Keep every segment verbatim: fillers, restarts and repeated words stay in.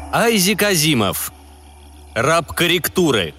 Айзек Азимов. Раб корректуры.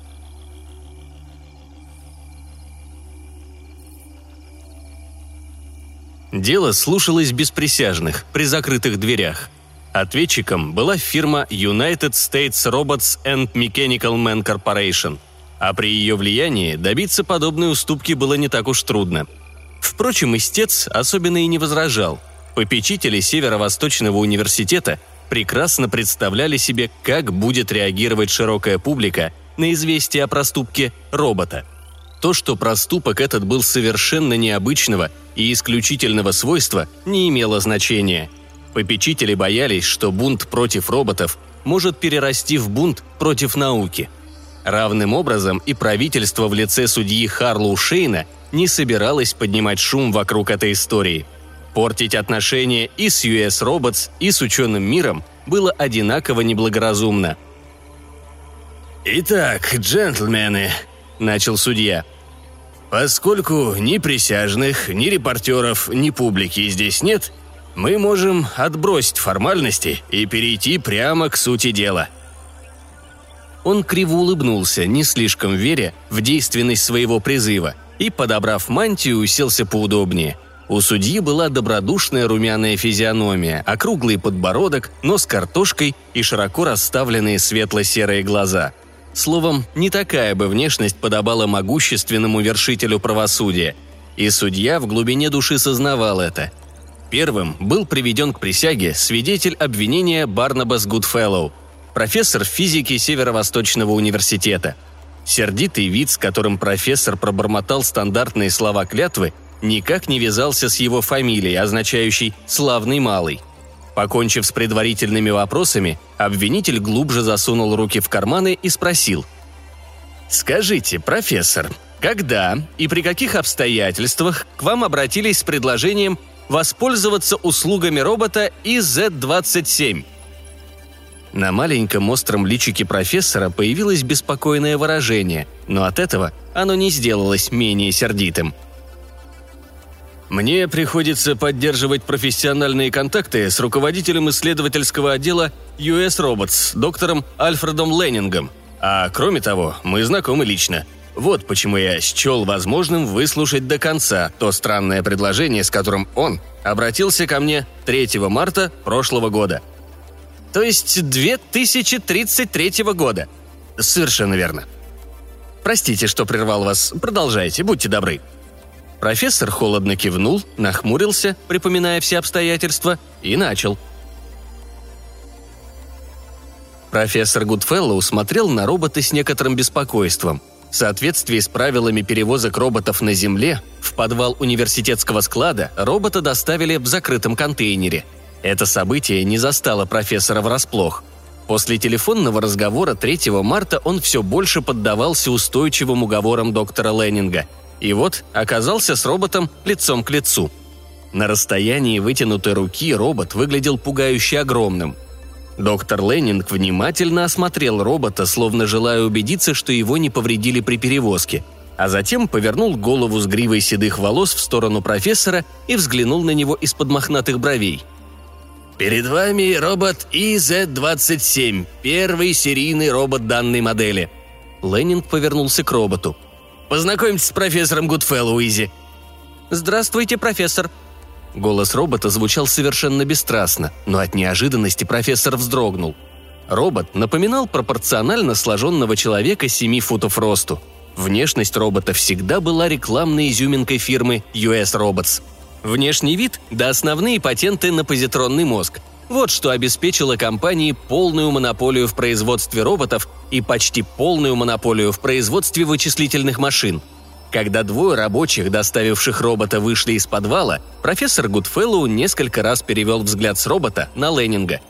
Дело слушалось без присяжных, при закрытых дверях. Ответчиком была фирма United States Robots and Mechanical Man Corporation, а при ее влиянии добиться подобной уступки было не так уж трудно. Впрочем, истец особенно и не возражал. Попечители Северо-Восточного университета прекрасно представляли себе, как будет реагировать широкая публика на известие о проступке робота. То, что проступок этот был совершенно необычного и исключительного свойства, не имело значения. Попечители боялись, что бунт против роботов может перерасти в бунт против науки. Равным образом и правительство в лице судьи Харлоу Шейна не собиралось поднимать шум вокруг этой истории. Портить отношения и с ю эс Robots, и с ученым миром было одинаково неблагоразумно. «Итак, джентльмены», — начал судья, — «поскольку ни присяжных, ни репортеров, ни публики здесь нет, мы можем отбросить формальности и перейти прямо к сути дела». Он криво улыбнулся, не слишком веря в действенность своего призыва, и, подобрав мантию, уселся поудобнее. У судьи была добродушная румяная физиономия, округлый подбородок, нос картошкой и широко расставленные светло-серые глаза. Словом, не такая бы внешность подобала могущественному вершителю правосудия. И судья в глубине души сознавал это. Первым был приведен к присяге свидетель обвинения Барнабас Гудфеллоу, профессор физики Северо-Восточного университета. Сердитый вид, с которым профессор пробормотал стандартные слова клятвы, никак не вязался с его фамилией, означающей «славный малый». Покончив с предварительными вопросами, обвинитель глубже засунул руки в карманы и спросил: «Скажите, профессор, когда и при каких обстоятельствах к вам обратились с предложением воспользоваться услугами робота и зет двадцать семь?» На маленьком остром личике профессора появилось беспокойное выражение, но от этого оно не сделалось менее сердитым. «Мне приходится поддерживать профессиональные контакты с руководителем исследовательского отдела ю эс Robots, доктором Альфредом Леннингом. А кроме того, мы знакомы лично. Вот почему я счел возможным выслушать до конца то странное предложение, с которым он обратился ко мне третьего марта прошлого года». «То есть две тысячи тридцать третьего года?» «Совершенно верно». «Простите, что прервал вас. Продолжайте, будьте добры». Профессор холодно кивнул, нахмурился, припоминая все обстоятельства, и начал. Профессор Гудфеллоу смотрел на робота с некоторым беспокойством. В соответствии с правилами перевозок роботов на Земле, в подвал университетского склада робота доставили в закрытом контейнере. Это событие не застало профессора врасплох. После телефонного разговора третьего марта он все больше поддавался устойчивым уговорам доктора Леннинга. И вот оказался с роботом лицом к лицу. На расстоянии вытянутой руки робот выглядел пугающе огромным. Доктор Леннинг внимательно осмотрел робота, словно желая убедиться, что его не повредили при перевозке, а затем повернул голову с гривой седых волос в сторону профессора и взглянул на него из-под мохнатых бровей. «Перед вами робот и зет двадцать семь, первый серийный робот данной модели». Леннинг повернулся к роботу. «Познакомьтесь с профессором Гудфеллоу, Изи». «Здравствуйте, профессор». Голос робота звучал совершенно бесстрастно, но от неожиданности профессор вздрогнул. Робот напоминал пропорционально сложенного человека семи футов росту. Внешность робота всегда была рекламной изюминкой фирмы ю эс Robots. Внешний вид да основные патенты на позитронный мозг. Вот что обеспечило компании полную монополию в производстве роботов и почти полную монополию в производстве вычислительных машин. Когда двое рабочих, доставивших робота, вышли из подвала, профессор Гудфеллоу несколько раз перевел взгляд с робота на Леннинга.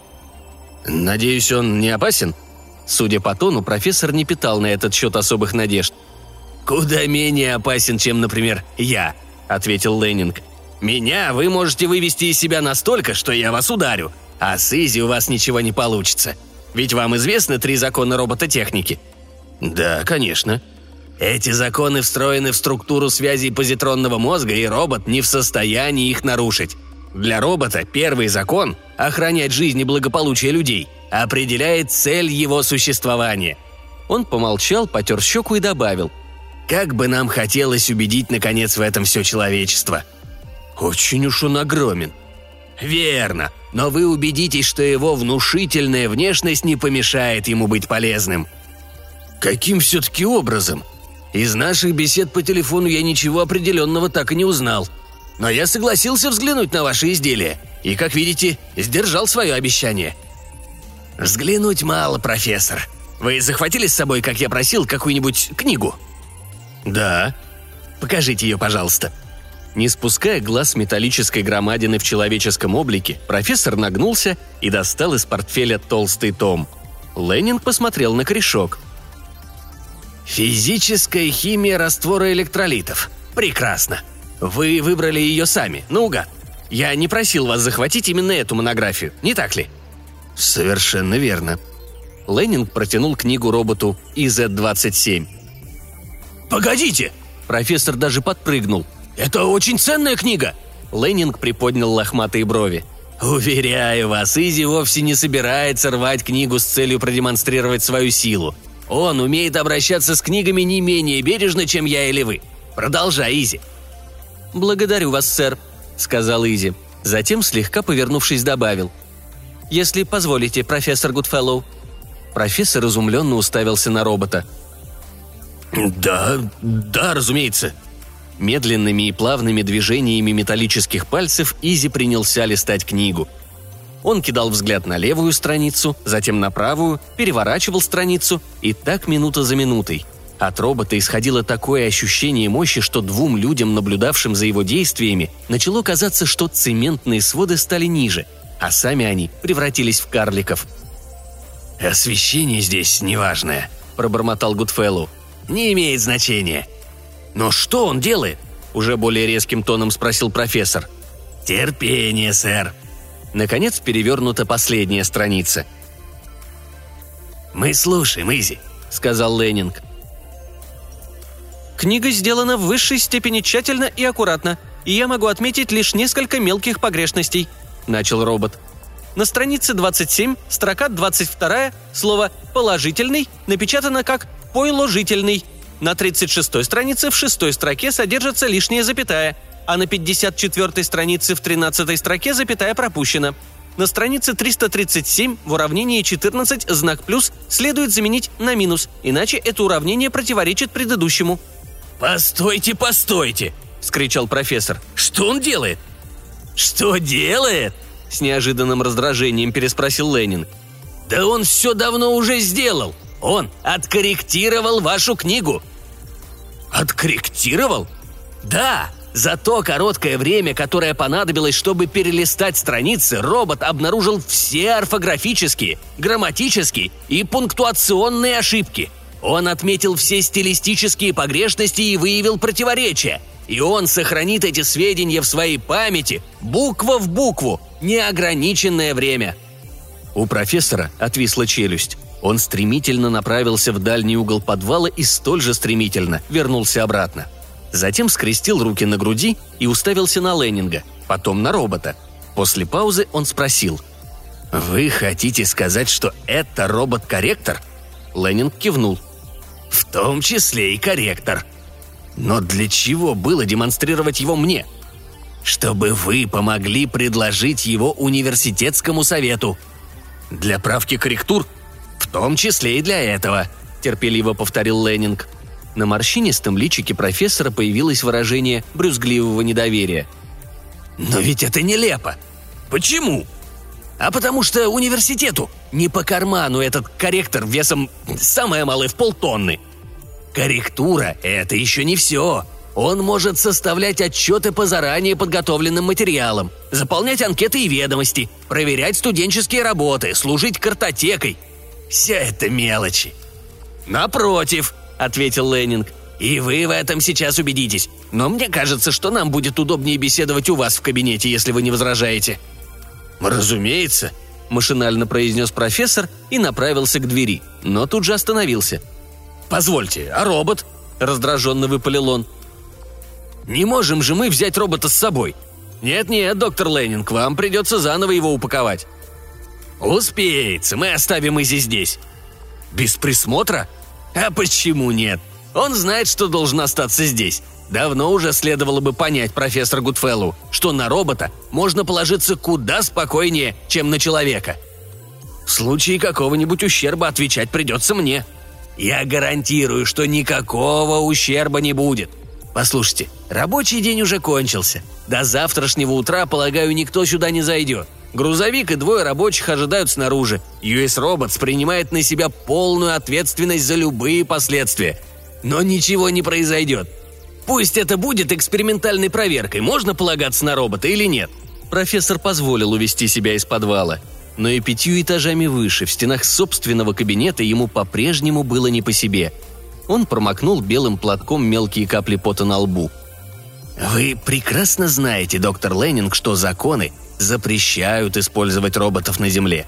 «Надеюсь, он не опасен?» Судя по тону, профессор не питал на этот счет особых надежд. «Куда менее опасен, чем, например, я», — ответил Леннинг. «Меня вы можете вывести из себя настолько, что я вас ударю, а с Изи у вас ничего не получится. Ведь вам известны три закона робототехники?» «Да, конечно». «Эти законы встроены в структуру связей позитронного мозга, и робот не в состоянии их нарушить. Для робота первый закон – охранять жизнь и благополучие людей. определяет цель его существования». Он помолчал, потер щеку и добавил: «Как бы нам хотелось убедить, наконец, в этом все человечество». «Очень уж он огромен». «Верно, но вы убедитесь, что его внушительная внешность не помешает ему быть полезным». «Каким все-таки образом? Из наших бесед по телефону я ничего определенного так и не узнал. Но я согласился взглянуть на ваши изделия и, как видите, сдержал свое обещание». «Взглянуть мало, профессор. Вы захватили с собой, как я просил, какую-нибудь книгу?» «Да». «Покажите ее, пожалуйста». Не спуская глаз с металлической громадины в человеческом облике, профессор нагнулся и достал из портфеля толстый том. Леннинг посмотрел на корешок. «Физическая химия раствора электролитов. Прекрасно. Вы выбрали ее сами, наугад. Я не просил вас захватить именно эту монографию, не так ли?» «Совершенно верно». Леннинг протянул книгу роботу и зет двадцать семь. «Погодите!» Профессор даже подпрыгнул. «Это очень ценная книга!» Леннинг приподнял лохматые брови. «Уверяю вас, Изи вовсе не собирается рвать книгу с целью продемонстрировать свою силу. Он умеет обращаться с книгами не менее бережно, чем я или вы. Продолжай, Изи». «Благодарю вас, сэр», — сказал Изи. Затем, слегка повернувшись, добавил: «Если позволите, профессор Гудфеллоу». Профессор изумленно уставился на робота. «Да, да, разумеется». Медленными и плавными движениями металлических пальцев Изи принялся листать книгу. Он кидал взгляд на левую страницу, затем на правую, переворачивал страницу, и так минута за минутой. От робота исходило такое ощущение мощи, что двум людям, наблюдавшим за его действиями, начало казаться, что цементные своды стали ниже, а сами они превратились в карликов. «Освещение здесь неважное», — пробормотал Гудфеллоу. «Не имеет значения». «Но что он делает?» – уже более резким тоном спросил профессор. «Терпение, сэр». Наконец перевернута последняя страница. «Мы слушаем, Изи», – сказал Леннинг. «Книга сделана в высшей степени тщательно и аккуратно, и я могу отметить лишь несколько мелких погрешностей», – начал робот. На странице двадцать семь, строка двадцать два, слово «положительный» напечатано как «положительный». На тридцать шестой странице в шестой строке содержится лишняя запятая, а на пятьдесят четвёртой странице в тринадцатой строке запятая пропущена. На странице триста тридцать семь в уравнении четырнадцать знак «плюс» следует заменить на «минус», иначе это уравнение противоречит предыдущему. «Постойте, постойте!» – вскричал профессор. «Что он делает?» «Что делает?» – с неожиданным раздражением переспросил Леннинг. «Да он все давно уже сделал! Он откорректировал вашу книгу!» «Откорректировал?» «Да! За то короткое время, которое понадобилось, чтобы перелистать страницы, робот обнаружил все орфографические, грамматические и пунктуационные ошибки. Он отметил все стилистические погрешности и выявил противоречия. И он сохранит эти сведения в своей памяти, буква в букву, неограниченное время». У профессора отвисла челюсть. Он стремительно направился в дальний угол подвала и столь же стремительно вернулся обратно. Затем скрестил руки на груди и уставился на Леннинга, потом на робота. После паузы он спросил: «Вы хотите сказать, что это робот-корректор?» Леннинг кивнул. «В том числе и корректор. Но для чего было демонстрировать его мне? Чтобы вы помогли предложить его университетскому совету. Для правки корректур? В том числе и для этого», – терпеливо повторил Леннинг. На морщинистом личике профессора появилось выражение брюзгливого недоверия. «Но ведь это нелепо. Почему?» «А потому что университету не по карману этот корректор весом самое малое в полтонны. Корректура – это еще не все. Он может составлять отчеты по заранее подготовленным материалам, заполнять анкеты и ведомости, проверять студенческие работы, служить картотекой. Все это мелочи». «Напротив», – ответил Леннинг. «И вы в этом сейчас убедитесь. Но мне кажется, что нам будет удобнее беседовать у вас в кабинете, если вы не возражаете». «Разумеется», – машинально произнес профессор и направился к двери, но тут же остановился. «Позвольте, а робот?» – раздраженно выпалил он. «Не можем же мы взять робота с собой. Нет-нет, доктор Леннинг, вам придется заново его упаковать». «Успеется, мы оставим Изи здесь». «Без присмотра? А почему нет? Он знает, что должен остаться здесь. Давно уже следовало бы понять профессор Гудфеллоу, что на робота можно положиться куда спокойнее, чем на человека. В случае какого-нибудь ущерба отвечать придется мне. Я гарантирую, что никакого ущерба не будет. Послушайте, рабочий день уже кончился. До завтрашнего утра, полагаю, никто сюда не зайдет. Грузовик и двое рабочих ожидают снаружи. ю эс Robots принимает на себя полную ответственность за любые последствия. Но ничего не произойдет. Пусть это будет экспериментальной проверкой, можно полагаться на робота или нет». Профессор позволил увести себя из подвала. Но и пятью этажами выше, в стенах собственного кабинета, ему по-прежнему было не по себе. Он промокнул белым платком мелкие капли пота на лбу. «Вы прекрасно знаете, доктор Леннинг, что законы запрещают использовать роботов на Земле.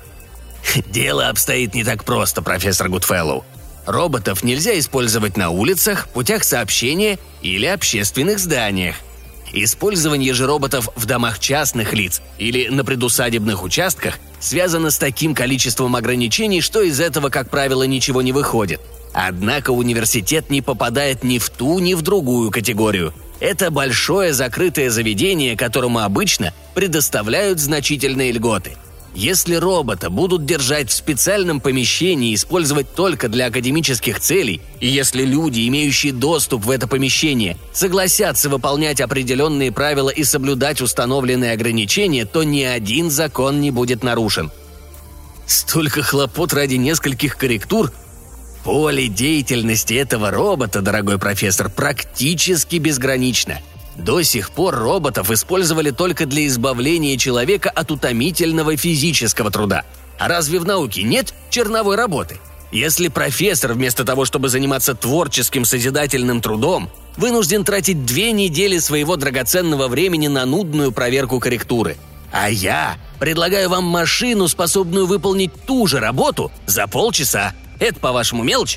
Дело обстоит не так просто, профессор Гудфеллоу. Роботов нельзя использовать на улицах, путях сообщения или общественных зданиях. Использование же роботов в домах частных лиц или на предусадебных участках связано с таким количеством ограничений, что из этого, как правило, ничего не выходит. Однако университет не попадает ни в ту, ни в другую категорию. Это большое закрытое заведение, которому обычно предоставляют значительные льготы. Если робота будут держать в специальном помещении и использовать только для академических целей, и если люди, имеющие доступ в это помещение, согласятся выполнять определенные правила и соблюдать установленные ограничения, то ни один закон не будет нарушен. Столько хлопот ради нескольких корректур? Поле деятельности этого робота, дорогой профессор, практически безгранично. До сих пор роботов использовали только для избавления человека от утомительного физического труда. А разве в науке нет черновой работы? Если профессор, вместо того, чтобы заниматься творческим созидательным трудом, вынужден тратить две недели своего драгоценного времени на нудную проверку корректуры, а я предлагаю вам машину, способную выполнить ту же работу за полчаса. Это, по-вашему, мелочь?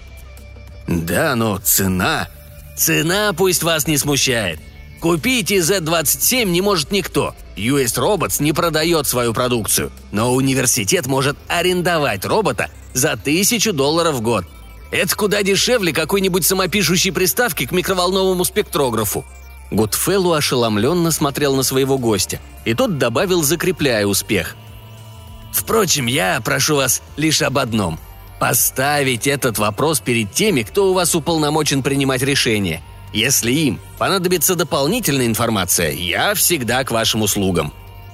Да, но цена... Цена пусть вас не смущает. Купить зет двадцать семь не может никто. ю эс Robots не продает свою продукцию, но университет может арендовать робота за тысячу долларов в год. Это куда дешевле какой-нибудь самопишущей приставки к микроволновому спектрографу». Гудфеллоу ошеломленно смотрел на своего гостя, и тот добавил, закрепляя успех. «Впрочем, я прошу вас лишь об одном – поставить этот вопрос перед теми, кто у вас уполномочен принимать решения. Если им понадобится дополнительная информация, я всегда к вашим услугам».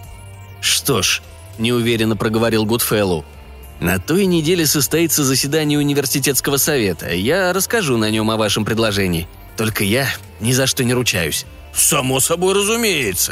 «Что ж», – неуверенно проговорил Гудфеллоу, – «на той неделе состоится заседание университетского совета. Я расскажу на нем о вашем предложении. Только я ни за что не ручаюсь». «Само собой разумеется».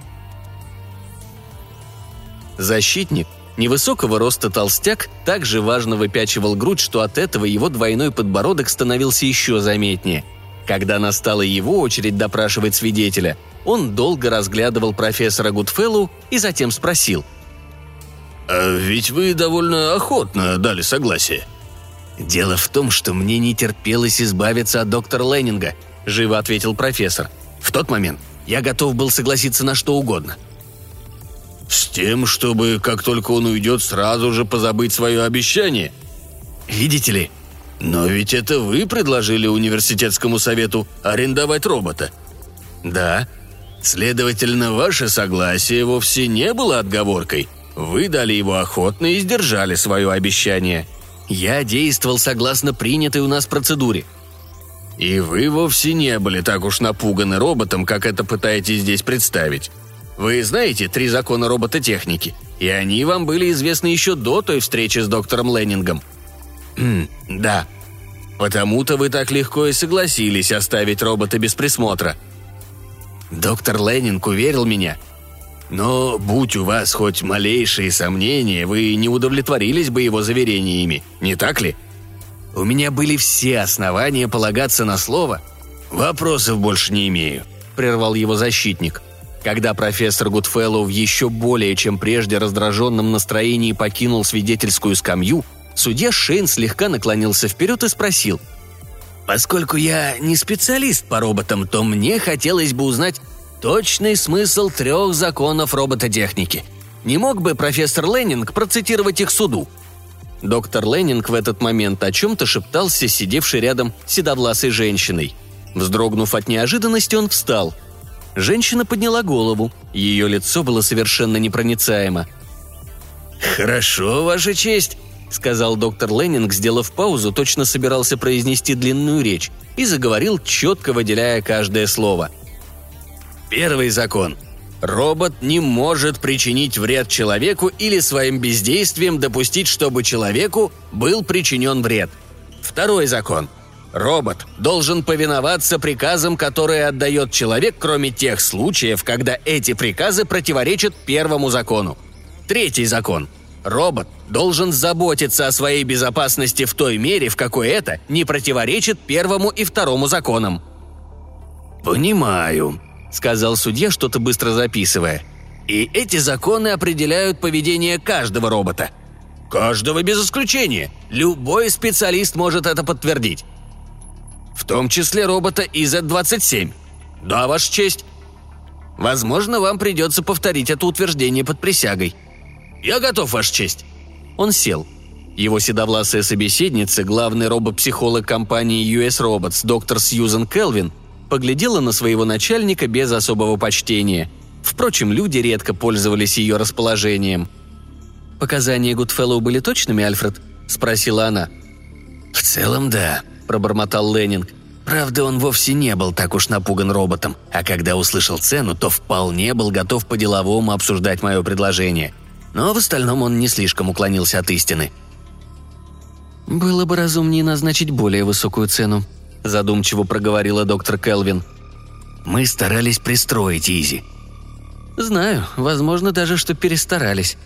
Защитник, невысокого роста толстяк, также важно выпячивал грудь, что от этого его двойной подбородок становился еще заметнее. Когда настала его очередь допрашивать свидетеля, он долго разглядывал профессора Гудфеллоу и затем спросил. «А ведь вы довольно охотно дали согласие». «Дело в том, что мне не терпелось избавиться от доктора Леннинга», – живо ответил профессор. «В тот момент я готов был согласиться на что угодно». «С тем, чтобы, как только он уйдет, сразу же позабыть свое обещание?» «Видите ли...» «Но ведь это вы предложили университетскому совету арендовать робота». «Да». «Следовательно, ваше согласие вовсе не было отговоркой. Вы дали его охотно и сдержали свое обещание». «Я действовал согласно принятой у нас процедуре». «И вы вовсе не были так уж напуганы роботом, как это пытаетесь здесь представить. Вы знаете три закона робототехники, и они вам были известны еще до той встречи с доктором Леннингом». «Да». «Потому-то вы так легко и согласились оставить робота без присмотра». «Доктор Леннинг уверил меня». «Но будь у вас хоть малейшие сомнения, вы не удовлетворились бы его заверениями, не так ли?» «У меня были все основания полагаться на слово». «Вопросов больше не имею», – прервал его защитник. Когда профессор Гудфеллоу в еще более чем прежде раздраженном настроении покинул свидетельскую скамью, судья Шейн слегка наклонился вперед и спросил. «Поскольку я не специалист по роботам, то мне хотелось бы узнать точный смысл трех законов робототехники. Не мог бы профессор Леннинг процитировать их суду?» Доктор Леннинг в этот момент о чем-то шептался, сидевшей рядом седовласой женщиной. Вздрогнув от неожиданности, он встал. Женщина подняла голову. Ее лицо было совершенно непроницаемо. «Хорошо, Ваша честь», — сказал доктор Леннинг, сделав паузу, точно собирался произнести длинную речь, и заговорил, четко выделяя каждое слово. «Первый закон. Робот не может причинить вред человеку или своим бездействием допустить, чтобы человеку был причинен вред. Второй закон. Робот должен повиноваться приказам, которые отдает человек, кроме тех случаев, когда эти приказы противоречат первому закону. Третий закон. Робот должен заботиться о своей безопасности в той мере, в какой это не противоречит первому и второму законам». «Понимаю», — сказал судья, что-то быстро записывая. «И эти законы определяют поведение каждого робота. Каждого без исключения. Любой специалист может это подтвердить. В том числе робота И Зет двадцать семь. Да, Ваша честь. Возможно, вам придется повторить это утверждение под присягой». «Я готов, Ваша честь». Он сел. Его седовласая собеседница, главный робопсихолог компании ю эс Robots, доктор Сьюзен Келвин, поглядела на своего начальника без особого почтения. Впрочем, люди редко пользовались ее расположением. «Показания Гудфеллоу были точными, Альфред?» – спросила она. «В целом, да», – пробормотал Леннинг. «Правда, он вовсе не был так уж напуган роботом, а когда услышал цену, то вполне был готов по-деловому обсуждать мое предложение. Но в остальном он не слишком уклонился от истины». «Было бы разумнее назначить более высокую цену», – задумчиво проговорила доктор Келвин. «Мы старались пристроить Изи». «Знаю, возможно, даже что перестарались.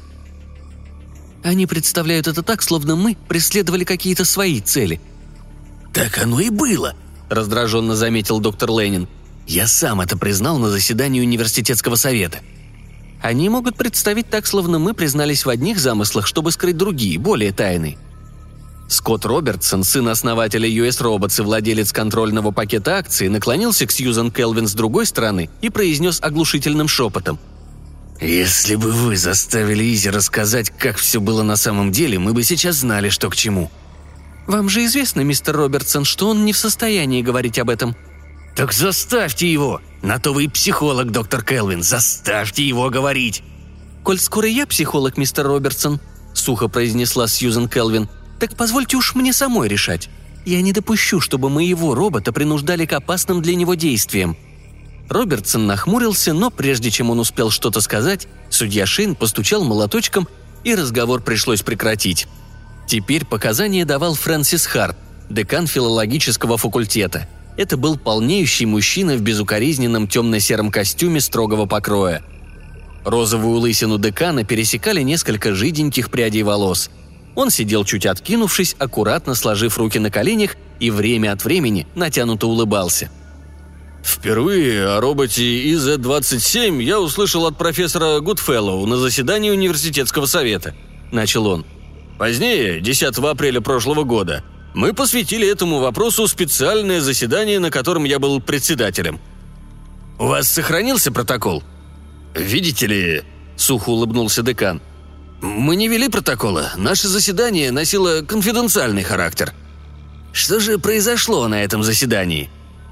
Они представляют это так, словно мы преследовали какие-то свои цели». «Так оно и было», – раздраженно заметил доктор Леннинг. «Я сам это признал на заседании университетского совета». «Они могут представить так, словно мы признались в одних замыслах, чтобы скрыть другие, более тайные». Скотт Робертсон, сын основателя ю эс Robots и владелец контрольного пакета акций, наклонился к Сьюзен Келвин с другой стороны и произнес оглушительным шепотом. «Если бы вы заставили Изи рассказать, как все было на самом деле, мы бы сейчас знали, что к чему». «Вам же известно, мистер Робертсон, что он не в состоянии говорить об этом». «Так заставьте его! На то вы и психолог, доктор Келвин, заставьте его говорить!» «Коль скоро я психолог, мистер Робертсон», — сухо произнесла Сьюзен Келвин, «так позвольте уж мне самой решать. Я не допущу, чтобы моего робота принуждали к опасным для него действиям». Робертсон нахмурился, но прежде чем он успел что-то сказать, судья Шейн постучал молоточком, и разговор пришлось прекратить. Теперь показания давал Фрэнсис Харт, декан филологического факультета. Это был полнеющий мужчина в безукоризненном темно-сером костюме строгого покроя. Розовую лысину декана пересекали несколько жиденьких прядей волос. Он сидел чуть откинувшись, аккуратно сложив руки на коленях и время от времени натянуто улыбался. «Впервые о роботе И Зет двадцать семь я услышал от профессора Гудфеллоу на заседании университетского совета», – начал он. «Позднее, десятого апреля прошлого года, мы посвятили этому вопросу специальное заседание, на котором я был председателем». «У вас сохранился протокол?» «Видите ли», – сухо улыбнулся декан, – «мы не вели протокола, наше заседание носило конфиденциальный характер». «Что же произошло на этом заседании?»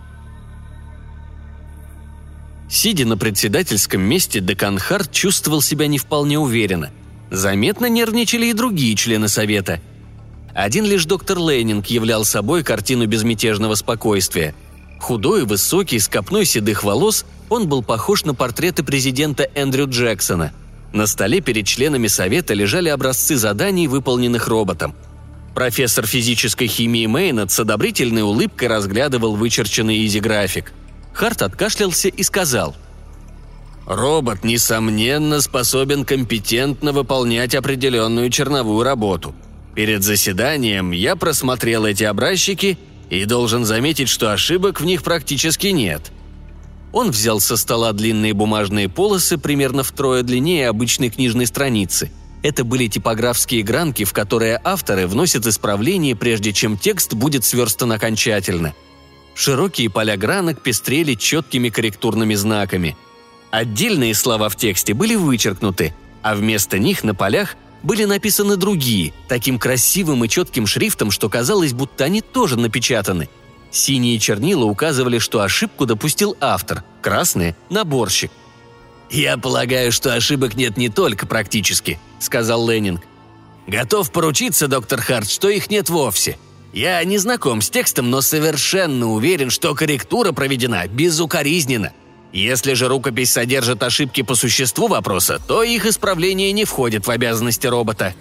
Сидя на председательском месте, декан Харт чувствовал себя не вполне уверенно. Заметно нервничали и другие члены совета. Один лишь доктор Леннинг являл собой картину безмятежного спокойствия. Худой и высокий, с копной седых волос, он был похож на портреты президента Эндрю Джексона. На столе перед членами совета лежали образцы заданий, выполненных роботом. Профессор физической химии Мейнет с одобрительной улыбкой разглядывал вычерченный Изи-график. Харт откашлялся и сказал: «Робот, несомненно, способен компетентно выполнять определенную черновую работу. Перед заседанием я просмотрел эти образчики и должен заметить, что ошибок в них практически нет». Он взял со стола длинные бумажные полосы, примерно втрое длиннее обычной книжной страницы. Это были типографские гранки, в которые авторы вносят исправления, прежде чем текст будет сверстан окончательно. Широкие поля гранок пестрели четкими корректурными знаками. Отдельные слова в тексте были вычеркнуты, а вместо них на полях были написаны другие, таким красивым и четким шрифтом, что казалось, будто они тоже напечатаны. Синие чернила указывали, что ошибку допустил автор, красные – наборщик. «Я полагаю, что ошибок нет не только практически», – сказал Леннинг. «Готов поручиться, доктор Харт, что их нет вовсе. Я не знаком с текстом, но совершенно уверен, что корректура проведена безукоризненно. Если же рукопись содержит ошибки по существу вопроса, то их исправление не входит в обязанности робота».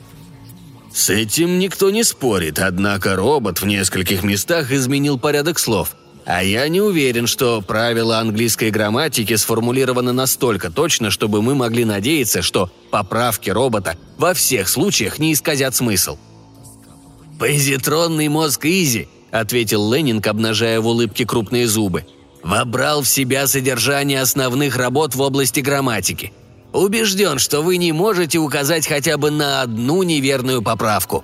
С этим никто не спорит, однако робот в нескольких местах изменил порядок слов. А я не уверен, что правила английской грамматики сформулированы настолько точно, чтобы мы могли надеяться, что поправки робота во всех случаях не исказят смысл. «Позитронный мозг Изи», — ответил Леннинг, обнажая в улыбке крупные зубы, «вобрал в себя содержание основных работ в области грамматики. Убежден, что вы не можете указать хотя бы на одну неверную поправку».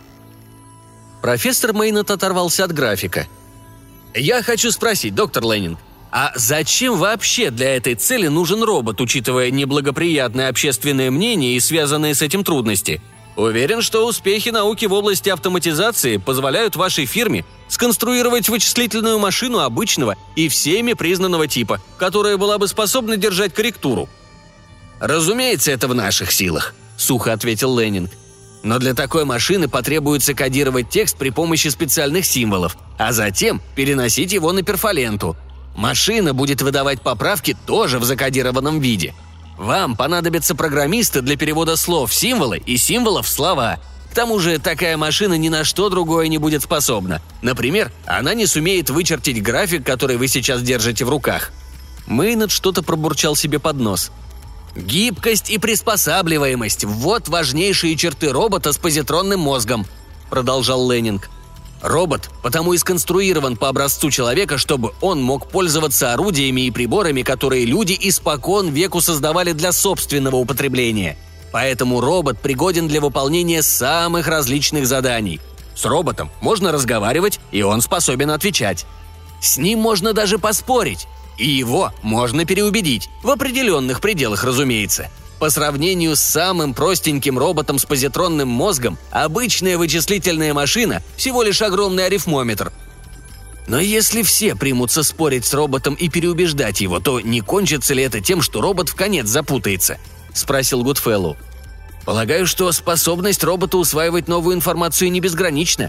Профессор Мейнот оторвался от графика. «Я хочу спросить, доктор Леннинг, а зачем вообще для этой цели нужен робот, учитывая неблагоприятное общественное мнение и связанные с этим трудности? Уверен, что успехи науки в области автоматизации позволяют вашей фирме сконструировать вычислительную машину обычного и всеми признанного типа, которая была бы способна держать корректуру». «Разумеется, это в наших силах», – сухо ответил Леннинг. «Но для такой машины потребуется кодировать текст при помощи специальных символов, а затем переносить его на перфоленту. Машина будет выдавать поправки тоже в закодированном виде. Вам понадобятся программисты для перевода слов в символы и символов в слова. К тому же такая машина ни на что другое не будет способна. Например, она не сумеет вычертить график, который вы сейчас держите в руках». Мейнот что-то пробурчал себе под нос. «Гибкость и приспосабливаемость – вот важнейшие черты робота с позитронным мозгом», – продолжал Леннинг. «Робот потому и сконструирован по образцу человека, чтобы он мог пользоваться орудиями и приборами, которые люди испокон веку создавали для собственного употребления. Поэтому робот пригоден для выполнения самых различных заданий. С роботом можно разговаривать, и он способен отвечать. С ним можно даже поспорить. И его можно переубедить, в определенных пределах, разумеется. По сравнению с самым простеньким роботом с позитронным мозгом, обычная вычислительная машина – всего лишь огромный арифмометр. Но если все примутся спорить с роботом и переубеждать его, то не кончится ли это тем, что робот вконец запутается?» – спросил Гудфеллоу. «Полагаю, что способность робота усваивать новую информацию не безгранична».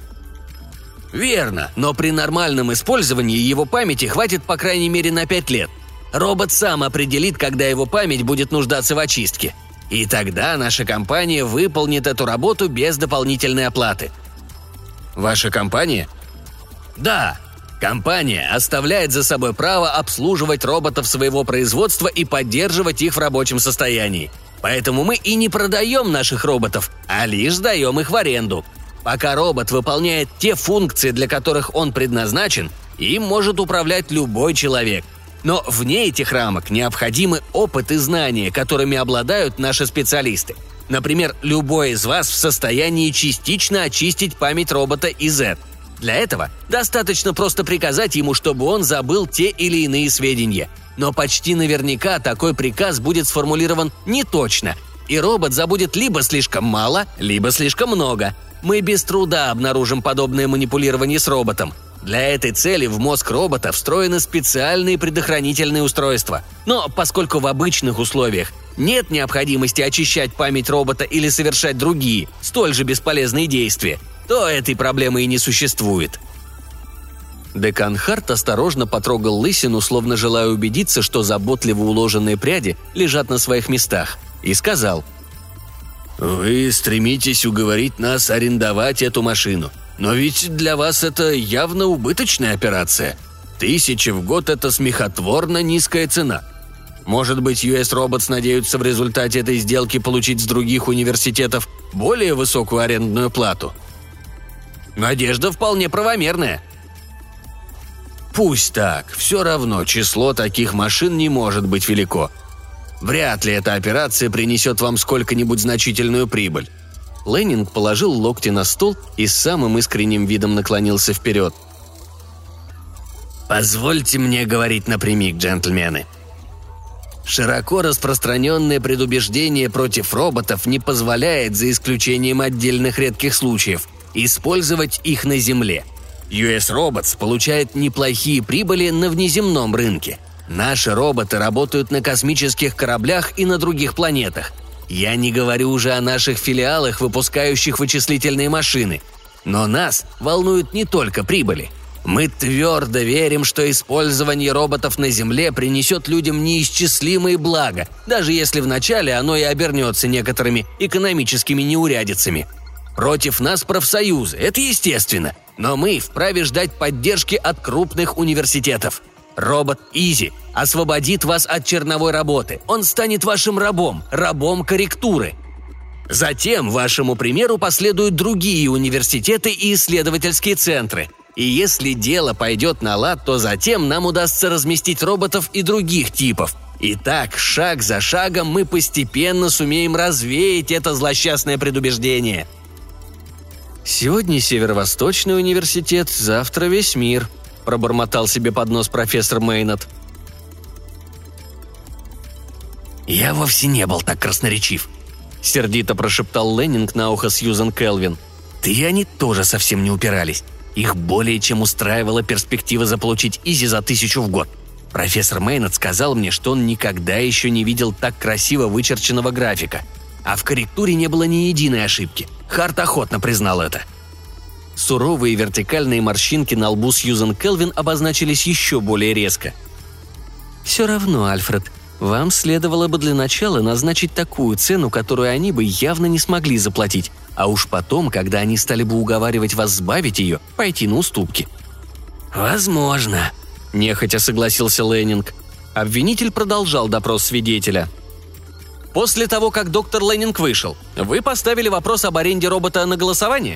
«Верно, но при нормальном использовании его памяти хватит по крайней мере на пять лет. Робот сам определит, когда его память будет нуждаться в очистке. И тогда наша компания выполнит эту работу без дополнительной оплаты». «Ваша компания?» «Да. Компания оставляет за собой право обслуживать роботов своего производства и поддерживать их в рабочем состоянии. Поэтому мы и не продаем наших роботов, а лишь сдаем их в аренду. Пока робот выполняет те функции, для которых он предназначен, им может управлять любой человек. Но вне этих рамок необходимы опыт и знания, которыми обладают наши специалисты. Например, любой из вас в состоянии частично очистить память робота И-Зет. Для этого достаточно просто приказать ему, чтобы он забыл те или иные сведения. Но почти наверняка такой приказ будет сформулирован неточно, и робот забудет либо слишком мало, либо слишком много. Мы без труда обнаружим подобное манипулирование с роботом. Для этой цели в мозг робота встроены специальные предохранительные устройства. Но поскольку в обычных условиях нет необходимости очищать память робота или совершать другие, столь же бесполезные действия, то этой проблемы и не существует». Декан Харт осторожно потрогал лысину, словно желая убедиться, что заботливо уложенные пряди лежат на своих местах, и сказал: «Вы стремитесь уговорить нас арендовать эту машину. Но ведь для вас это явно убыточная операция. Тысячи в год – это смехотворно низкая цена. Может быть, ю эс Robots надеются в результате этой сделки получить с других университетов более высокую арендную плату?» «Надежда вполне правомерная». «Пусть так, все равно число таких машин не может быть велико. Вряд ли эта операция принесет вам сколько-нибудь значительную прибыль». Леннинг положил локти на стол и с самым искренним видом наклонился вперед. «Позвольте мне говорить напрямик, джентльмены. Широко распространенное предубеждение против роботов не позволяет, за исключением отдельных редких случаев, использовать их на Земле. ю эс Robots получает неплохие прибыли на внеземном рынке. Наши роботы работают на космических кораблях и на других планетах. Я не говорю уже о наших филиалах, выпускающих вычислительные машины. Но нас волнуют не только прибыли. Мы твердо верим, что использование роботов на Земле принесет людям неисчислимые блага, даже если вначале оно и обернется некоторыми экономическими неурядицами. Против нас профсоюзы, это естественно, но мы вправе ждать поддержки от крупных университетов. Робот Изи освободит вас от черновой работы, он станет вашим рабом, рабом корректуры. Затем вашему примеру последуют другие университеты и исследовательские центры. И если дело пойдет на лад, то затем нам удастся разместить роботов и других типов. И так, шаг за шагом, мы постепенно сумеем развеять это злосчастное предубеждение. «Сегодня Северо-Восточный университет, завтра весь мир», – пробормотал себе под нос профессор Мейнот. «Я вовсе не был так красноречив», – сердито прошептал Леннинг на ухо Сьюзен Келвин. «Ты и они тоже совсем не упирались. Их более чем устраивала перспектива заполучить Изи за тысячу в год. Профессор Мейнот сказал мне, что он никогда еще не видел так красиво вычерченного графика. А в корректуре не было ни единой ошибки. Харт охотно признал это». Суровые вертикальные морщинки на лбу Сьюзен Келвин обозначились еще более резко. «Все равно, Альфред, вам следовало бы для начала назначить такую цену, которую они бы явно не смогли заплатить, а уж потом, когда они стали бы уговаривать вас сбавить ее, пойти на уступки». «Возможно», – нехотя согласился Леннинг. Обвинитель продолжал допрос свидетеля. «После того, как доктор Леннинг вышел, вы поставили вопрос об аренде робота на голосование?»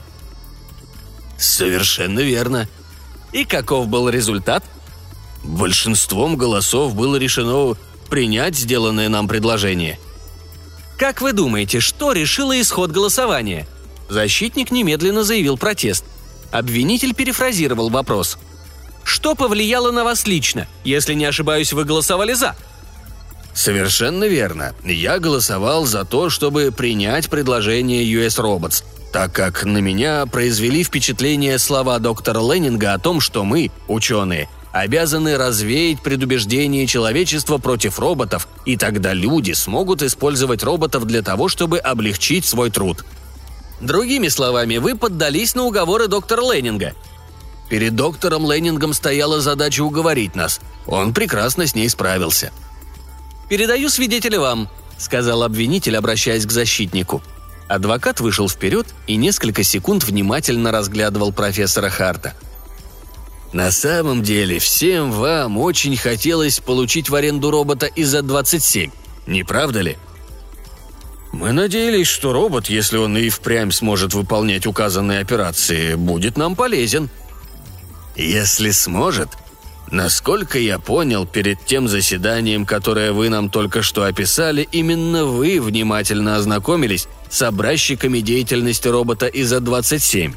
«Совершенно верно». «И каков был результат?» «Большинством голосов было решено принять сделанное нам предложение». «Как вы думаете, что решило исход голосования?» Защитник немедленно заявил протест. Обвинитель перефразировал вопрос. «Что повлияло на вас лично? Если не ошибаюсь, вы голосовали «за». «Совершенно верно. Я голосовал за то, чтобы принять предложение ю эс Robots, так как на меня произвели впечатление слова доктора Леннинга о том, что мы, ученые, обязаны развеять предубеждение человечества против роботов, и тогда люди смогут использовать роботов для того, чтобы облегчить свой труд». Другими словами, вы поддались на уговоры доктора Леннинга. Перед доктором Леннингом стояла задача уговорить нас. Он прекрасно с ней справился. «Передаю свидетеля вам», — сказал обвинитель, обращаясь к защитнику. Адвокат вышел вперед и несколько секунд внимательно разглядывал профессора Харта. «На самом деле, всем вам очень хотелось получить в аренду робота из зет двадцать семь, не правда ли?» «Мы надеялись, что робот, если он и впрямь сможет выполнять указанные операции, будет нам полезен». «Если сможет? Насколько я понял, перед тем заседанием, которое вы нам только что описали, именно вы внимательно ознакомились с образчиками деятельности робота из зет двадцать семь».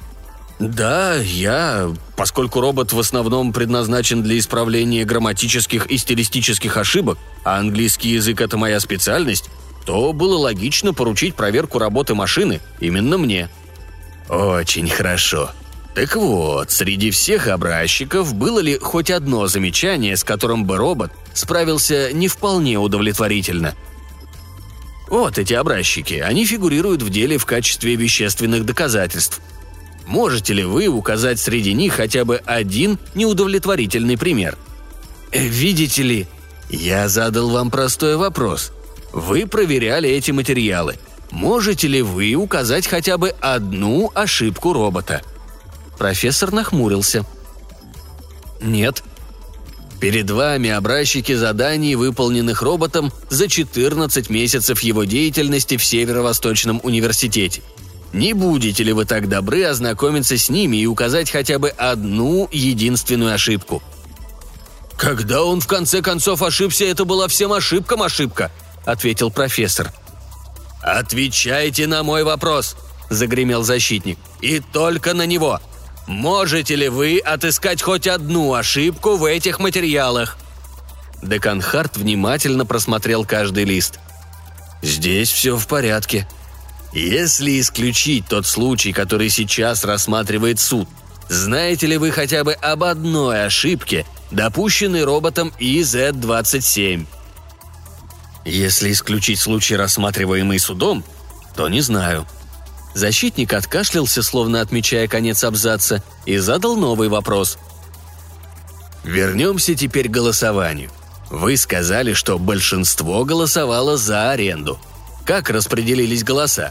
«Да, я, поскольку робот в основном предназначен для исправления грамматических и стилистических ошибок, а английский язык – это моя специальность, то было логично поручить проверку работы машины именно мне». «Очень хорошо. Так вот, среди всех образчиков было ли хоть одно замечание, с которым бы робот справился не вполне удовлетворительно?» «Вот эти образчики, они фигурируют в деле в качестве вещественных доказательств. Можете ли вы указать среди них хотя бы один неудовлетворительный пример?» «Видите ли, я задал вам простой вопрос. Вы проверяли эти материалы. Можете ли вы указать хотя бы одну ошибку робота?» Профессор нахмурился. «Нет». «Перед вами образчики заданий, выполненных роботом за четырнадцать месяцев его деятельности в Северо-Восточном университете. Не будете ли вы так добры ознакомиться с ними и указать хотя бы одну единственную ошибку?» «Когда он в конце концов ошибся, это была всем ошибкам ошибка», — ответил профессор. «Отвечайте на мой вопрос», — загремел защитник. «И только на него. Можете ли вы отыскать хоть одну ошибку в этих материалах?» Декан Харт внимательно просмотрел каждый лист. «Здесь все в порядке. Если исключить тот случай, который сейчас рассматривает суд, знаете ли вы хотя бы об одной ошибке, допущенной роботом И Зет двадцать семь?» «Если исключить случай, рассматриваемый судом, то не знаю». Защитник откашлялся, словно отмечая конец абзаца, и задал новый вопрос. «Вернемся теперь к голосованию. Вы сказали, что большинство голосовало за аренду. Как распределились голоса?»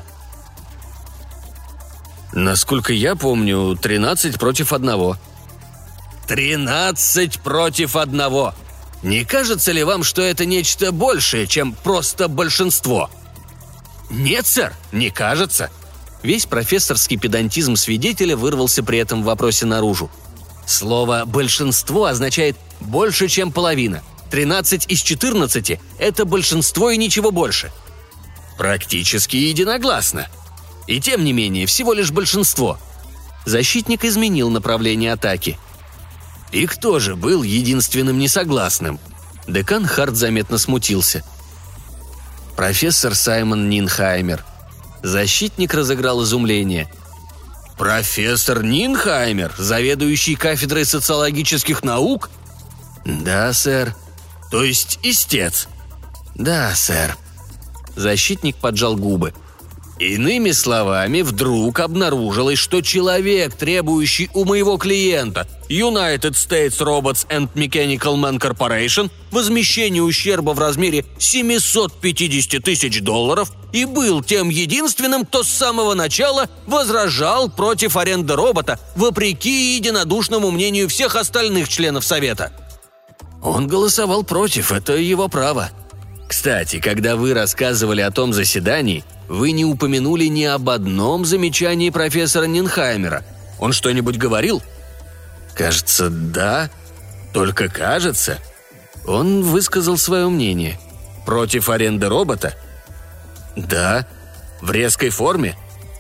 «Насколько я помню, тринадцать против одного». «Тринадцать против одного! Не кажется ли вам, что это нечто большее, чем просто большинство?» «Нет, сэр, не кажется». Весь профессорский педантизм свидетеля вырвался при этом вопросе наружу. Слово «большинство» означает «больше, чем половина». тринадцать из четырнадцати – это большинство и ничего больше. Практически единогласно. И тем не менее, всего лишь большинство. Защитник изменил направление атаки. И кто же был единственным несогласным? Декан Харт заметно смутился. Профессор Саймон Нинхаймер. Защитник разыграл изумление. «Профессор Нинхаймер, заведующий кафедрой социологических наук?» «Да, сэр». «То есть истец?» «Да, сэр». Защитник поджал губы. «Иными словами, вдруг обнаружилось, что человек, требующий у моего клиента United States Robots and Mechanical Man Corporation возмещение ущерба в размере семьсот пятьдесят тысяч долларов и был тем единственным, кто с самого начала возражал против аренды робота, вопреки единодушному мнению всех остальных членов Совета». «Он голосовал против, это его право. Кстати, когда вы рассказывали о том заседании, вы не упомянули ни об одном замечании профессора Нинхаймера. Он что-нибудь говорил?» «Кажется, да. Только кажется. Он высказал свое мнение. Против аренды робота?» «Да. В резкой форме?»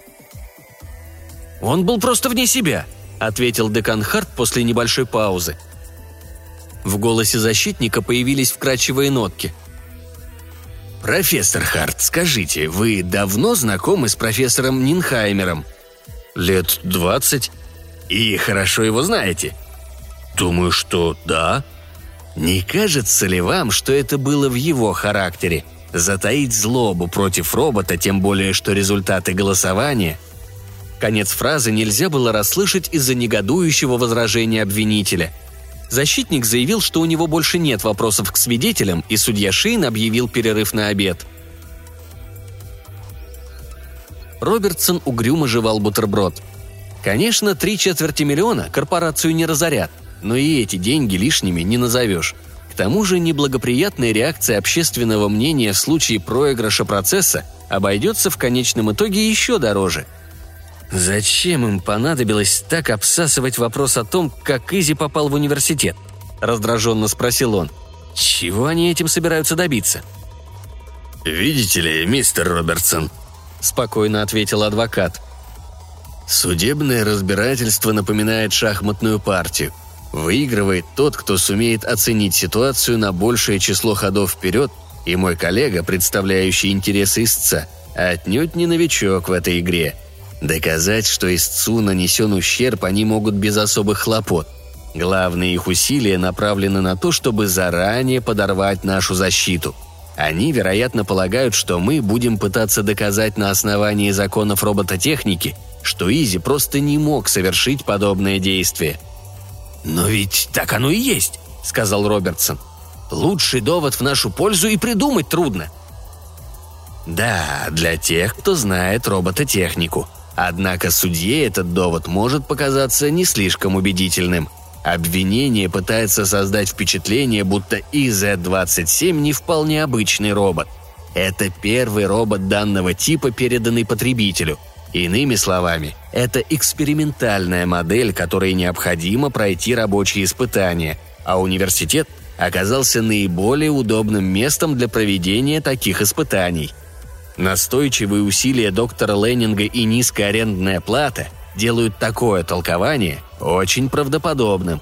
«Он был просто вне себя», — ответил декан Харт после небольшой паузы. В голосе защитника появились вкрадчивые нотки. «Профессор Харт, скажите, вы давно знакомы с профессором Нинхаймером?» «Лет двадцать». «И хорошо его знаете?» «Думаю, что да». «Не кажется ли вам, что это было в его характере? Затаить злобу против робота, тем более, что результаты голосования...» Конец фразы нельзя было расслышать из-за негодующего возражения обвинителя. Защитник заявил, что у него больше нет вопросов к свидетелям, и судья Шейн объявил перерыв на обед. Робертсон угрюмо жевал бутерброд. Конечно, три четверти миллиона корпорацию не разорят, но и эти деньги лишними не назовешь. К тому же неблагоприятная реакция общественного мнения в случае проигрыша процесса обойдется в конечном итоге еще дороже. «Зачем им понадобилось так обсасывать вопрос о том, как Изи попал в университет?» – раздраженно спросил он. «Чего они этим собираются добиться?» «Видите ли, мистер Робертсон», – спокойно ответил адвокат. «Судебное разбирательство напоминает шахматную партию. Выигрывает тот, кто сумеет оценить ситуацию на большее число ходов вперед, и мой коллега, представляющий интересы истца, отнюдь не новичок в этой игре. Доказать, что истцу нанесен ущерб, они могут без особых хлопот. Главные их усилия направлены на то, чтобы заранее подорвать нашу защиту. Они, вероятно, полагают, что мы будем пытаться доказать на основании законов робототехники, что Изи просто не мог совершить подобное действие». «Но ведь так оно и есть», — сказал Робертсон. «Лучший довод в нашу пользу и придумать трудно». «Да, для тех, кто знает робототехнику. Однако судье этот довод может показаться не слишком убедительным. Обвинение пытается создать впечатление, будто И Зет двадцать семь не вполне обычный робот. Это первый робот данного типа, переданный потребителю. Иными словами, это экспериментальная модель, которой необходимо пройти рабочие испытания, а университет оказался наиболее удобным местом для проведения таких испытаний. Настойчивые усилия доктора Леннинга и низкая арендная плата делают такое толкование очень правдоподобным.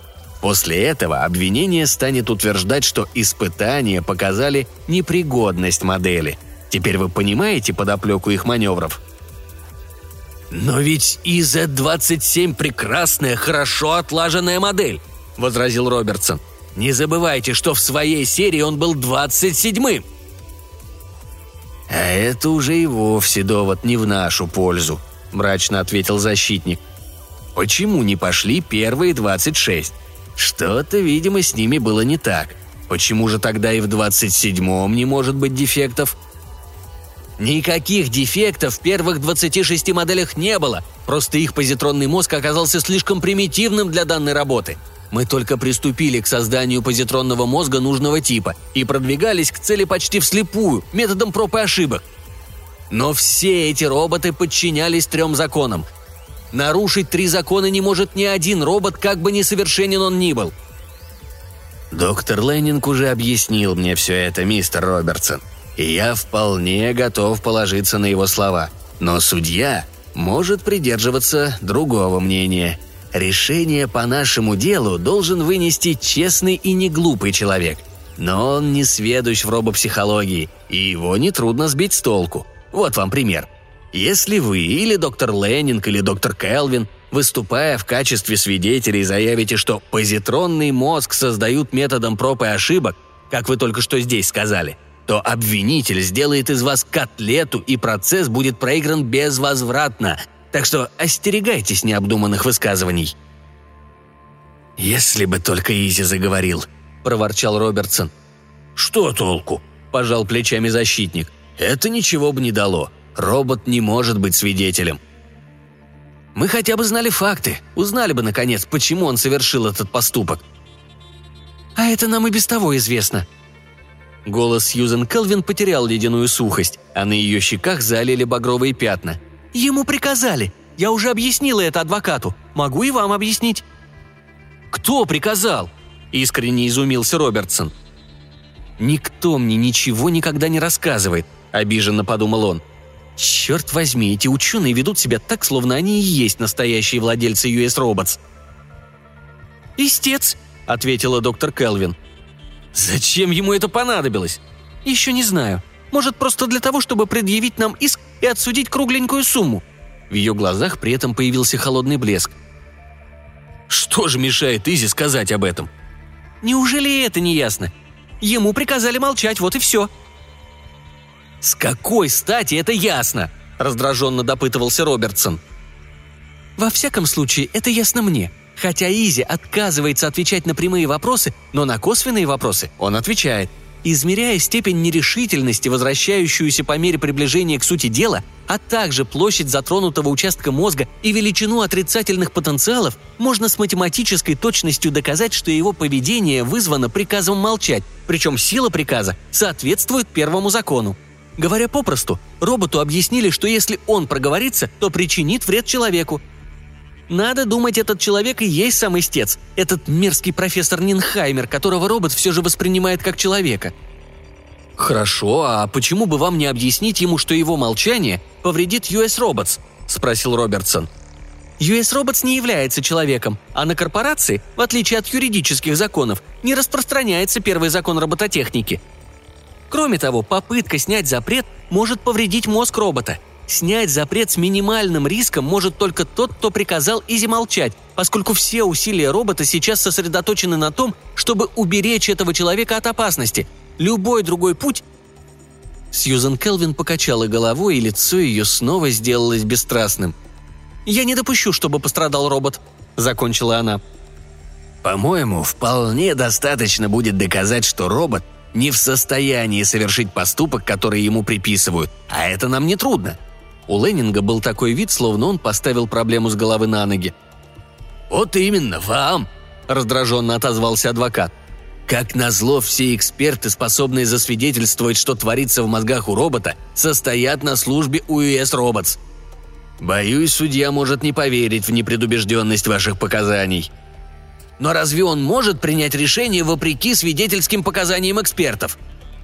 После этого обвинение станет утверждать, что испытания показали непригодность модели. Теперь вы понимаете подоплеку их маневров? «Но ведь И Зет двадцать семь – прекрасная, хорошо отлаженная модель», – возразил Робертсон. «Не забывайте, что в своей серии он был двадцать седьмым». «А это уже и вовсе довод не в нашу пользу», – мрачно ответил защитник. «Почему не пошли первые двадцать шесть? Что-то, видимо, с ними было не так. Почему же тогда и в двадцать седьмом не может быть дефектов?» Никаких дефектов в первых двадцати шести моделях не было, просто их позитронный мозг оказался слишком примитивным для данной работы. Мы только приступили к созданию позитронного мозга нужного типа и продвигались к цели почти вслепую, методом проб и ошибок. Но все эти роботы подчинялись трем законам. Нарушить три закона не может ни один робот, как бы несовершенен он ни был. «Доктор Леннинг уже объяснил мне все это, мистер Робертсон. И я вполне готов положиться на его слова. Но судья может придерживаться другого мнения. Решение по нашему делу должен вынести честный и неглупый человек. Но он не сведущ в робопсихологии, и его нетрудно сбить с толку. Вот вам пример. Если вы или доктор Леннинг, или доктор Келвин, выступая в качестве свидетелей, заявите, что позитронный мозг создают методом проб и ошибок, как вы только что здесь сказали, то обвинитель сделает из вас котлету, и процесс будет проигран безвозвратно. Так что остерегайтесь необдуманных высказываний». «Если бы только Изи заговорил», – проворчал Робертсон. «Что толку?» – пожал плечами защитник. «Это ничего бы не дало. Робот не может быть свидетелем». «Мы хотя бы знали факты, узнали бы, наконец, почему он совершил этот поступок». «А это нам и без того известно». Голос Сьюзен Келвин потерял ледяную сухость, а на ее щеках залили багровые пятна. «Ему приказали. Я уже объяснила это адвокату. Могу и вам объяснить». «Кто приказал?» – искренне изумился Робертсон. «Никто мне ничего никогда не рассказывает», – обиженно подумал он. «Черт возьми, эти ученые ведут себя так, словно они и есть настоящие владельцы ю эс Robots». «Истец», – ответила доктор Келвин. «Зачем ему это понадобилось?» «Еще не знаю. Может, просто для того, чтобы предъявить нам иск и отсудить кругленькую сумму». В ее глазах при этом появился холодный блеск. «Что же мешает Изи сказать об этом?» «Неужели это не ясно? Ему приказали молчать, вот и все». «С какой стати это ясно?» – раздраженно допытывался Робертсон. «Во всяком случае, это ясно мне. Хотя Изи отказывается отвечать на прямые вопросы, но на косвенные вопросы он отвечает. Измеряя степень нерешительности, возвращающуюся по мере приближения к сути дела, а также площадь затронутого участка мозга и величину отрицательных потенциалов, можно с математической точностью доказать, что его поведение вызвано приказом молчать, причем сила приказа соответствует первому закону. Говоря попросту, роботу объяснили, что если он проговорится, то причинит вред человеку. Надо думать, этот человек и есть сам истец, этот мерзкий профессор Нинхаймер, которого робот все же воспринимает как человека. «Хорошо, а почему бы вам не объяснить ему, что его молчание повредит ю эс Robots?» – спросил Робертсон. ю эс Robots не является человеком, а на корпорации, в отличие от юридических законов, не распространяется первый закон робототехники. Кроме того, попытка снять запрет может повредить мозг робота. Снять запрет с минимальным риском может только тот, кто приказал Изи молчать, поскольку все усилия робота сейчас сосредоточены на том, чтобы уберечь этого человека от опасности. Любой другой путь... Сьюзен Келвин покачала головой, и лицо ее снова сделалось бесстрастным. «Я не допущу, чтобы пострадал робот», — закончила она. «По-моему, вполне достаточно будет доказать, что робот не в состоянии совершить поступок, который ему приписывают, а это нам не трудно». У Леннинга был такой вид, словно он поставил проблему с головы на ноги. «Вот именно, вам!» – раздраженно отозвался адвокат. «Как назло, все эксперты, способные засвидетельствовать, что творится в мозгах у робота, состоят на службе у ю эс Robots. Боюсь, судья может не поверить в непредубежденность ваших показаний». «Но разве он может принять решение вопреки свидетельским показаниям экспертов?»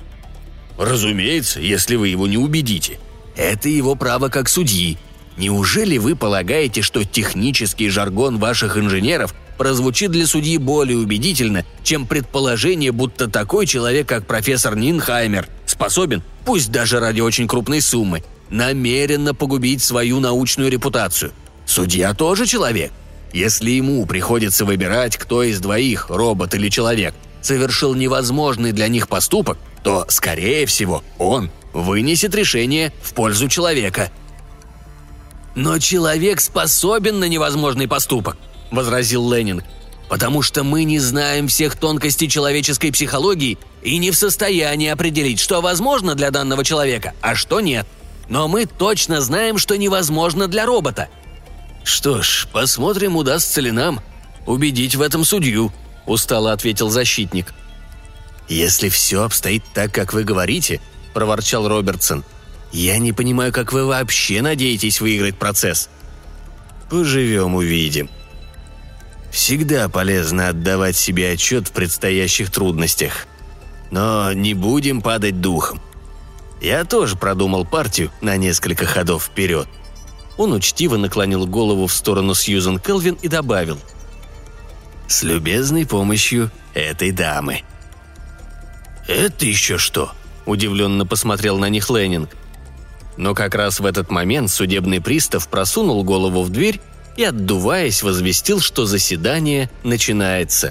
«Разумеется, если вы его не убедите. Это его право как судьи. Неужели вы полагаете, что технический жаргон ваших инженеров прозвучит для судьи более убедительно, чем предположение, будто такой человек, как профессор Нинхаймер, способен, пусть даже ради очень крупной суммы, намеренно погубить свою научную репутацию. Судья тоже человек. Если ему приходится выбирать, кто из двоих, робот или человек, совершил невозможный для них поступок, то, скорее всего, он вынесет решение в пользу человека. «Но человек способен на невозможный поступок», – возразил Леннинг, «потому что мы не знаем всех тонкостей человеческой психологии и не в состоянии определить, что возможно для данного человека, а что нет. Но мы точно знаем, что невозможно для робота». «Что ж, посмотрим, удастся ли нам убедить в этом судью», – устало ответил защитник. «Если все обстоит так, как вы говорите», – проворчал Робертсон, – «я не понимаю, как вы вообще надеетесь выиграть процесс». «Поживем, увидим». Всегда полезно отдавать себе отчет в предстоящих трудностях. Но не будем падать духом. Я тоже продумал партию на несколько ходов вперед. Он учтиво наклонил голову в сторону Сьюзен Келвин и добавил: «С любезной помощью этой дамы». «Это еще что?» – удивленно посмотрел на них Леннинг. Но как раз в этот момент судебный пристав просунул голову в дверь и, отдуваясь, возвестил, что заседание начинается.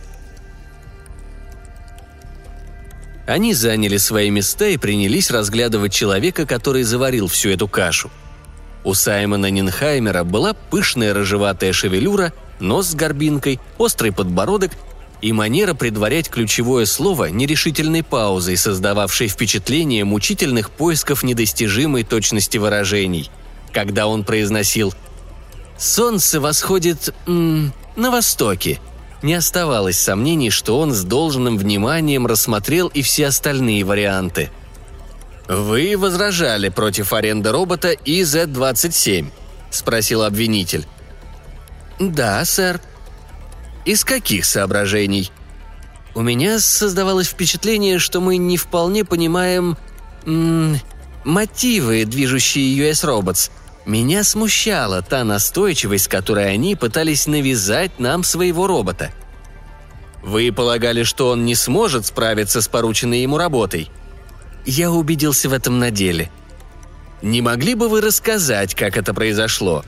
Они заняли свои места и принялись разглядывать человека, который заварил всю эту кашу. У Саймона Нинхаймера была пышная рыжеватая шевелюра, нос с горбинкой, острый подбородок и манера предварять ключевое слово нерешительной паузой, создававшей впечатление мучительных поисков недостижимой точности выражений. Когда он произносил «Солнце восходит м, на востоке», не оставалось сомнений, что он с должным вниманием рассмотрел и все остальные варианты. «Вы возражали против аренды робота И Зет двадцать семь?» – спросил обвинитель. «Да, сэр». «Из каких соображений?» «У меня создавалось впечатление, что мы не вполне понимаем м- мотивы, движущие ю эс Robots. Меня смущала та настойчивость, с которой они пытались навязать нам своего робота». «Вы полагали, что он не сможет справиться с порученной ему работой?» «Я убедился в этом на деле». «Не могли бы вы рассказать, как это произошло?»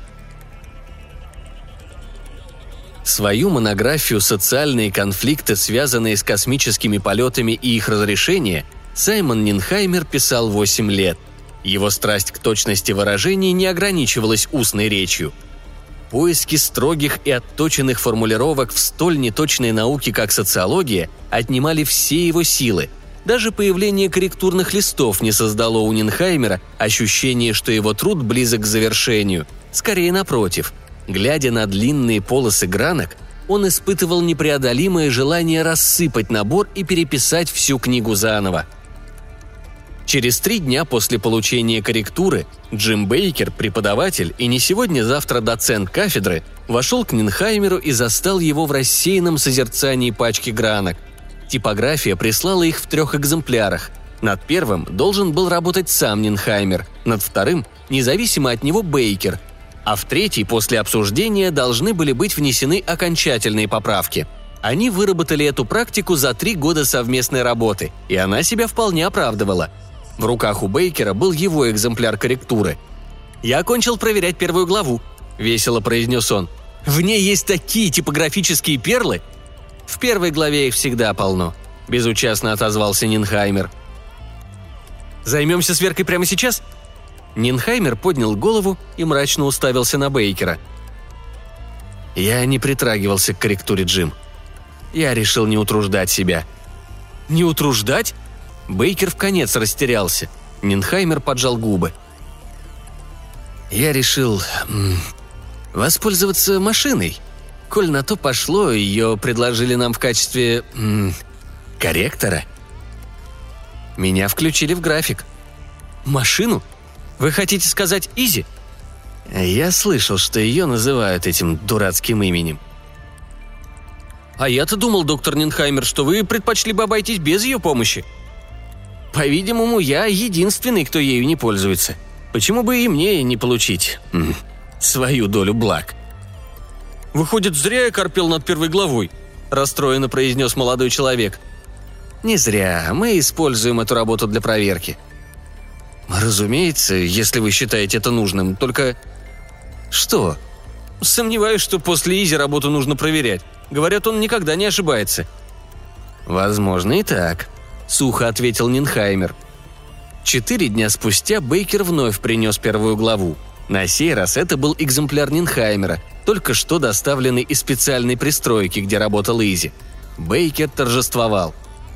Свою монографию «Социальные конфликты, связанные с космическими полетами и их разрешение» Саймон Нинхаймер писал восемь лет. Его страсть к точности выражений не ограничивалась устной речью. Поиски строгих и отточенных формулировок в столь неточной науке, как социология, отнимали все его силы. Даже появление корректурных листов не создало у Нинхаймера ощущение, что его труд близок к завершению. Скорее, напротив. Глядя на длинные полосы гранок, он испытывал непреодолимое желание рассыпать набор и переписать всю книгу заново. Через три дня после получения корректуры Джим Бейкер, преподаватель и не сегодня-завтра доцент кафедры, вошел к Нинхаймеру и застал его в рассеянном созерцании пачки гранок. Типография прислала их в трех экземплярах. Над первым должен был работать сам Нинхаймер, над вторым – независимо от него Бейкер, а в третий после обсуждения должны были быть внесены окончательные поправки. Они выработали эту практику за три года совместной работы, и она себя вполне оправдывала. В руках у Бейкера был его экземпляр корректуры. «Я окончил проверять первую главу», – весело произнес он. «В ней есть такие типографические перлы!» «В первой главе их всегда полно», – безучастно отозвался Нинхаймер. «Займемся сверкой прямо сейчас?» Нинхаймер поднял голову и мрачно уставился на Бейкера. «Я не притрагивался к корректуре, Джим. Я решил не утруждать себя». «Не утруждать?» Бейкер вконец растерялся. Нинхаймер поджал губы. «Я решил м- воспользоваться машиной. Коль на то пошло, ее предложили нам в качестве м- корректора. Меня включили в график». «Машину? Вы хотите сказать Изи?» «Я слышал, что ее называют этим дурацким именем». «А я-то думал, доктор Нинхаймер, что вы предпочли бы обойтись без ее помощи». «По-видимому, я единственный, кто ею не пользуется. Почему бы и мне не получить м- свою долю благ?» «Выходит, зря я корпел над первой главой», – расстроенно произнес молодой человек. «Не зря. Мы используем эту работу для проверки». «Разумеется, если вы считаете это нужным. Только...» «Что?» «Сомневаюсь, что после Изи работу нужно проверять. Говорят, он никогда не ошибается». «Возможно, и так», – сухо ответил Нинхаймер. Четыре дня спустя Бейкер вновь принес первую главу. На сей раз это был экземпляр Нинхаймера, только что доставленный из специальной пристройки, где работал Изи. Бейкер торжествовал.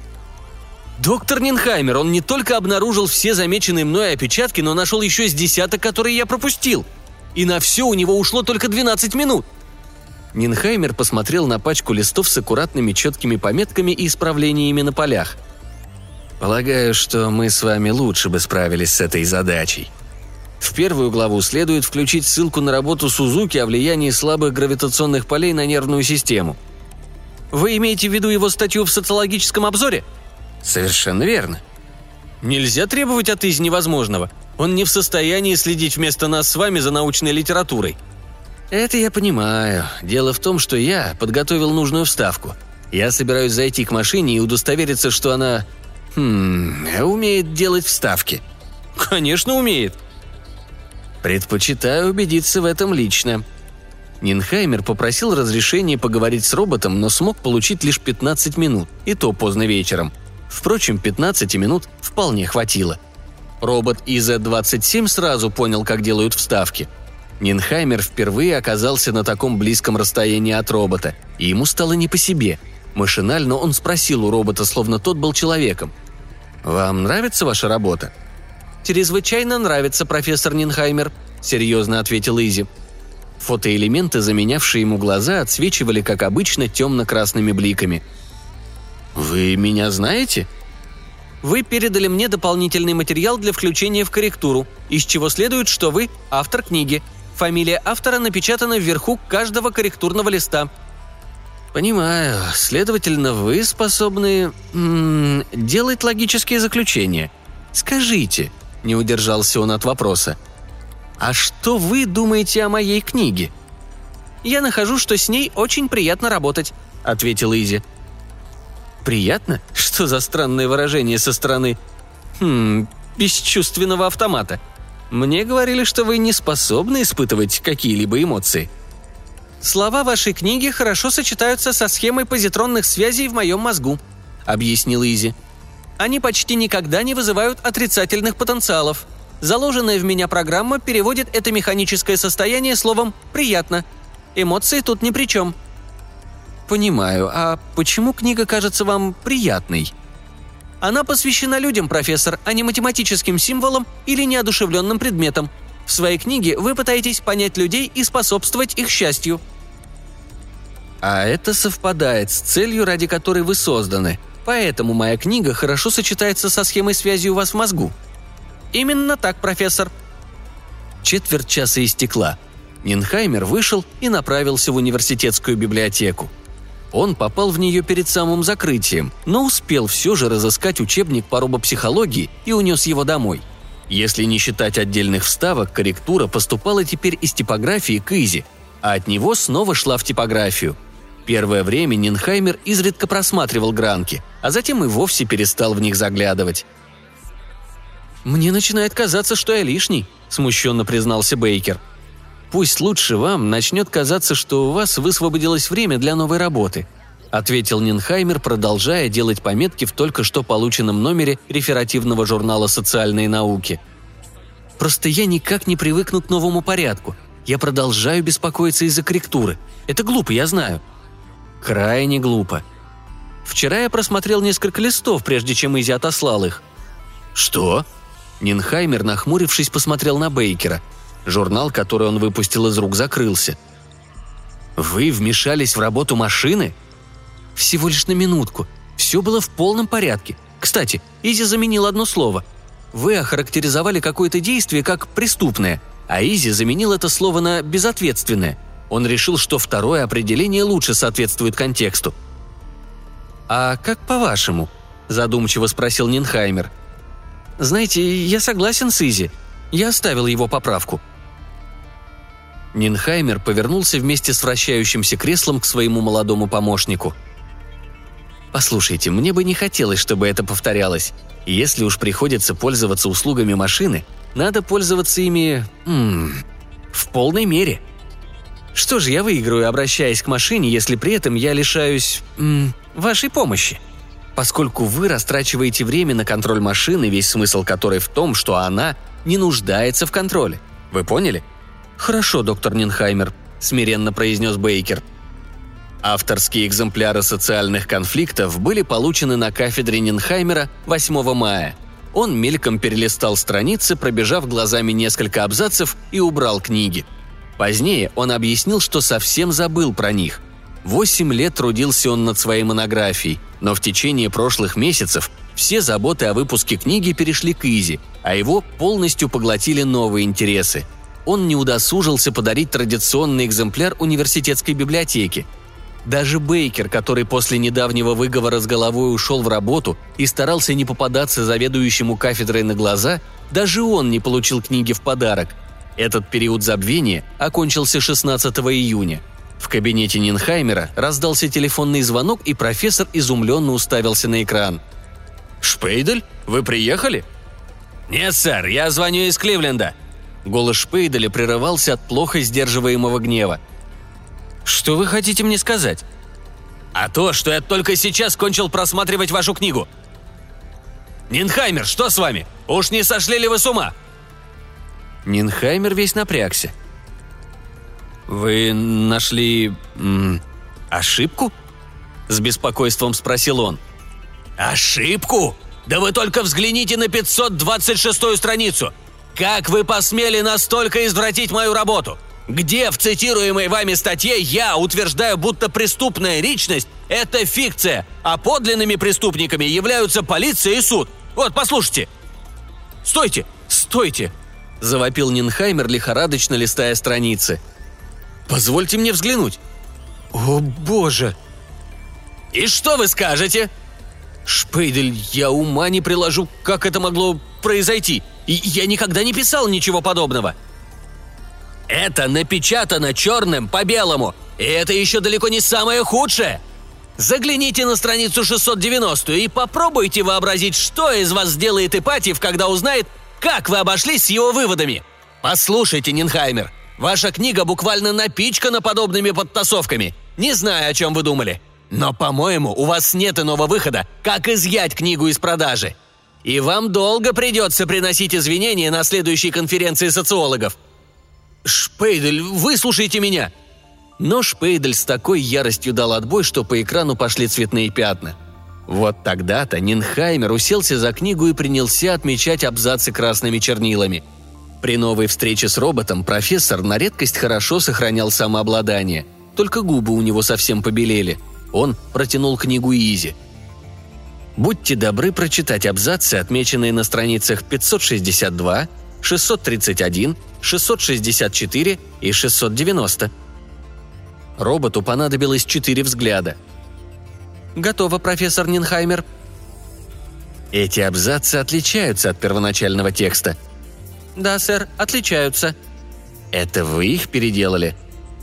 «Доктор Нинхаймер, он не только обнаружил все замеченные мной опечатки, но нашел еще с десяток, которые я пропустил. И на все у него ушло только двенадцать минут». Нинхаймер посмотрел на пачку листов с аккуратными четкими пометками и исправлениями на полях. «Полагаю, что мы с вами лучше бы справились с этой задачей. В первую главу следует включить ссылку на работу Сузуки о влиянии слабых гравитационных полей на нервную систему». «Вы имеете в виду его статью в социологическом обзоре?» «Совершенно верно». «Нельзя требовать от Изи невозможного. Он не в состоянии следить вместо нас с вами за научной литературой». «Это я понимаю. Дело в том, что я подготовил нужную вставку. Я собираюсь зайти к машине и удостовериться, что она... Хм... умеет делать вставки». «Конечно, умеет». «Предпочитаю убедиться в этом лично». Нинхаймер попросил разрешения поговорить с роботом, но смог получить лишь пятнадцать минут, и то поздно вечером. Впрочем, пятнадцати минут вполне хватило. Робот И Зет двадцать семь сразу понял, как делают вставки. Нинхаймер впервые оказался на таком близком расстоянии от робота, и ему стало не по себе. Машинально он спросил у робота, словно тот был человеком. «Вам нравится ваша работа?» «Чрезвычайно нравится, профессор Нинхаймер», – серьезно ответил Изи. Фотоэлементы, заменявшие ему глаза, отсвечивали, как обычно, темно-красными бликами. «Вы меня знаете?» «Вы передали мне дополнительный материал для включения в корректуру, из чего следует, что вы – автор книги. Фамилия автора напечатана вверху каждого корректурного листа». «Понимаю. Следовательно, вы способны... М- делать логические заключения. Скажите», – не удержался он от вопроса, «а что вы думаете о моей книге?» «Я нахожу, что с ней очень приятно работать», – ответил Изи. «Приятно? Что за странное выражение со стороны... Хм... бесчувственного автомата? Мне говорили, что вы не способны испытывать какие-либо эмоции». «Слова вашей книги хорошо сочетаются со схемой позитронных связей в моем мозгу», – объяснил Изи. «Они почти никогда не вызывают отрицательных потенциалов. Заложенная в меня программа переводит это механическое состояние словом «приятно». Эмоции тут ни при чем». «Понимаю. А почему книга кажется вам приятной?» «Она посвящена людям, профессор, а не математическим символам или неодушевленным предметам. В своей книге вы пытаетесь понять людей и способствовать их счастью». «А это совпадает с целью, ради которой вы созданы. Поэтому моя книга хорошо сочетается со схемой связи у вас в мозгу». «Именно так, профессор». Четверть часа истекла. Нинхаймер вышел и направился в университетскую библиотеку. Он попал в нее перед самым закрытием, но успел все же разыскать учебник по робопсихологии и унес его домой. Если не считать отдельных вставок, корректура поступала теперь из типографии к Изи, а от него снова шла в типографию. Первое время Нинхаймер изредка просматривал гранки, а затем и вовсе перестал в них заглядывать. «Мне начинает казаться, что я лишний», – смущенно признался Бейкер. «Пусть лучше вам начнет казаться, что у вас высвободилось время для новой работы», – ответил Нинхаймер, продолжая делать пометки в только что полученном номере реферативного журнала «Социальные науки». «Просто я никак не привыкну к новому порядку. Я продолжаю беспокоиться из-за корректуры. Это глупо, я знаю». «Крайне глупо. Вчера я просмотрел несколько листов, прежде чем Изи отослал их». «Что?» Нинхаймер, нахмурившись, посмотрел на Бейкера. Журнал, который он выпустил из рук, закрылся. «Вы вмешались в работу машины?» «Всего лишь на минутку. Все было в полном порядке. Кстати, Изи заменил одно слово. Вы охарактеризовали какое-то действие как преступное, а Изи заменил это слово на безответственное. Он решил, что второе определение лучше соответствует контексту». «А как по-вашему?» – задумчиво спросил Нинхаймер. «Знаете, я согласен с Изи. Я оставил его поправку». Нинхаймер повернулся вместе с вращающимся креслом к своему молодому помощнику. «Послушайте, мне бы не хотелось, чтобы это повторялось. Если уж приходится пользоваться услугами машины, надо пользоваться ими... М- в полной мере. Что же я выиграю, обращаясь к машине, если при этом я лишаюсь... М- вашей помощи? Поскольку вы растрачиваете время на контроль машины, весь смысл которой в том, что она не нуждается в контроле. Вы поняли?» «Хорошо, доктор Нинхаймер», – смиренно произнес Бейкер. Авторские экземпляры социальных конфликтов были получены на кафедре Нинхаймера восьмого мая. Он мельком перелистал страницы, пробежав глазами несколько абзацев и убрал книги. Позднее он объяснил, что совсем забыл про них. Восемь лет трудился он над своей монографией, но в течение прошлых месяцев все заботы о выпуске книги перешли к Изи, а его полностью поглотили новые интересы. Он не удосужился подарить традиционный экземпляр университетской библиотеки. Даже Бейкер, который после недавнего выговора с головой ушел в работу и старался не попадаться заведующему кафедрой на глаза, даже он не получил книги в подарок. Этот период забвения окончился шестнадцатого июня. В кабинете Нинхаймера раздался телефонный звонок, и профессор изумленно уставился на экран. «Шпейдель, вы приехали?» «Нет, сэр, я звоню из Кливленда». Голос Шпейделя прерывался от плохо сдерживаемого гнева. «Что вы хотите мне сказать?» «А то, что я только сейчас кончил просматривать вашу книгу». «Нинхаймер, что с вами? Уж не сошли ли вы с ума?» Нинхаймер весь напрягся. «Вы нашли... М, ошибку?» – с беспокойством спросил он. «Ошибку? Да вы только взгляните на пятьсот двадцать шестую страницу! Как вы посмели настолько извратить мою работу? Где в цитируемой вами статье я утверждаю, будто преступная личность – это фикция, а подлинными преступниками являются полиция и суд? Вот, послушайте!» «Стойте! Стойте!» – завопил Нинхаймер, лихорадочно листая страницы. «Позвольте мне взглянуть». «О, боже!» «И что вы скажете?» «Шпейдель, я ума не приложу, как это могло произойти. И я никогда не писал ничего подобного». «Это напечатано черным по белому, и это еще далеко не самое худшее. Загляните на страницу шестьсот девяностую и попробуйте вообразить, что из вас сделает Ипатьев, когда узнает, как вы обошлись с его выводами. Послушайте, Нинхаймер, ваша книга буквально напичкана подобными подтасовками. Не знаю, о чем вы думали. Но, по-моему, у вас нет иного выхода, как изъять книгу из продажи. И вам долго придется приносить извинения на следующей конференции социологов». «Шпейдель, выслушайте меня!» Но Шпейдель с такой яростью дал отбой, что по экрану пошли цветные пятна. Вот тогда-то Нинхаймер уселся за книгу и принялся отмечать абзацы красными чернилами. При новой встрече с роботом профессор на редкость хорошо сохранял самообладание, только губы у него совсем побелели. Он протянул книгу Изи. «Будьте добры прочитать абзацы, отмеченные на страницах пятьсот шестьдесят два, шестьсот тридцать один, шестьсот шестьдесят четыре и шестьсот девяносто». Роботу понадобилось четыре взгляда. «Готово, профессор Нинхаймер». «Эти абзацы отличаются от первоначального текста». «Да, сэр, отличаются». «Это вы их переделали?»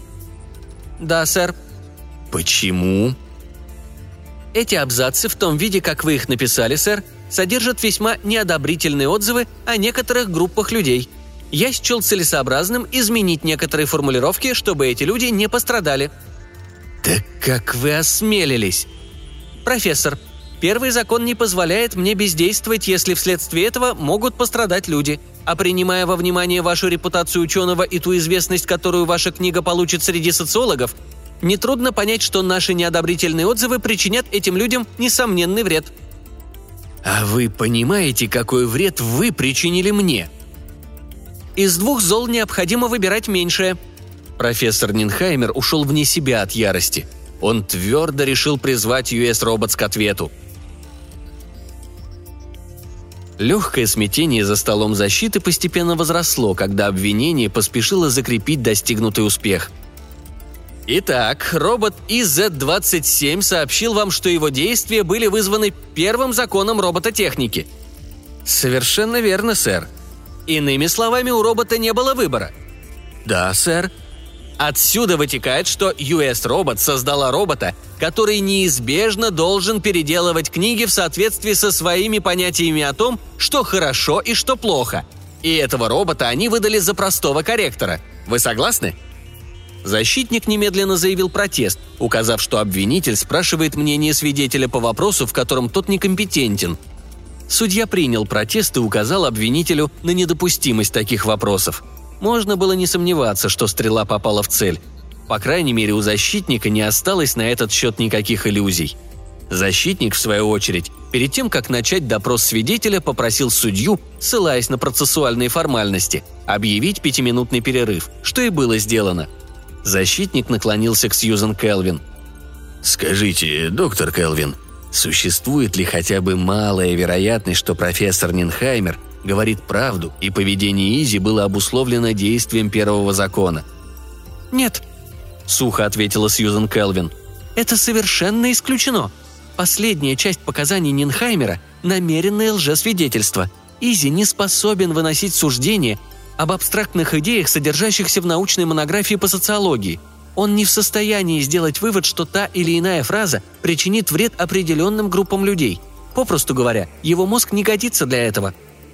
«Да, сэр». «Почему?» «Эти абзацы в том виде, как вы их написали, сэр, содержат весьма неодобрительные отзывы о некоторых группах людей. Я счел целесообразным изменить некоторые формулировки, чтобы эти люди не пострадали». «Да как вы осмелились?» «Профессор, первый закон не позволяет мне бездействовать, если вследствие этого могут пострадать люди. А принимая во внимание вашу репутацию ученого и ту известность, которую ваша книга получит среди социологов, нетрудно понять, что наши неодобрительные отзывы причинят этим людям несомненный вред». «А вы понимаете, какой вред вы причинили мне?» «Из двух зол необходимо выбирать меньшее». Профессор Нинхаймер ушел вне себя от ярости. Он твердо решил призвать ю эс Robots к ответу. Легкое смятение за столом защиты постепенно возросло, когда обвинение поспешило закрепить достигнутый успех. «Итак, робот и зет двадцать семь сообщил вам, что его действия были вызваны первым законом робототехники». «Совершенно верно, сэр». «Иными словами, у робота не было выбора». «Да, сэр». Отсюда вытекает, что ю эс Robot создала робота, который неизбежно должен переделывать книги в соответствии со своими понятиями о том, что хорошо и что плохо. И этого робота они выдали за простого корректора. Вы согласны?» Защитник немедленно заявил протест, указав, что обвинитель спрашивает мнение свидетеля по вопросу, в котором тот некомпетентен. Судья принял протест и указал обвинителю на недопустимость таких вопросов. Можно было не сомневаться, что стрела попала в цель. По крайней мере, у защитника не осталось на этот счет никаких иллюзий. Защитник, в свою очередь, перед тем, как начать допрос свидетеля, попросил судью, ссылаясь на процессуальные формальности, объявить пятиминутный перерыв, что и было сделано. Защитник наклонился к Сьюзен Келвин. «Скажите, доктор Келвин, существует ли хотя бы малая вероятность, что профессор Нинхаймер говорит правду, и поведение Изи было обусловлено действием первого закона?» «Нет», — сухо ответила Сьюзен Келвин. «Это совершенно исключено. Последняя часть показаний Нинхаймера – намеренное лжесвидетельство. Изи не способен выносить суждения об абстрактных идеях, содержащихся в научной монографии по социологии. Он не в состоянии сделать вывод, что та или иная фраза причинит вред определенным группам людей. Попросту говоря, его мозг не годится для этого».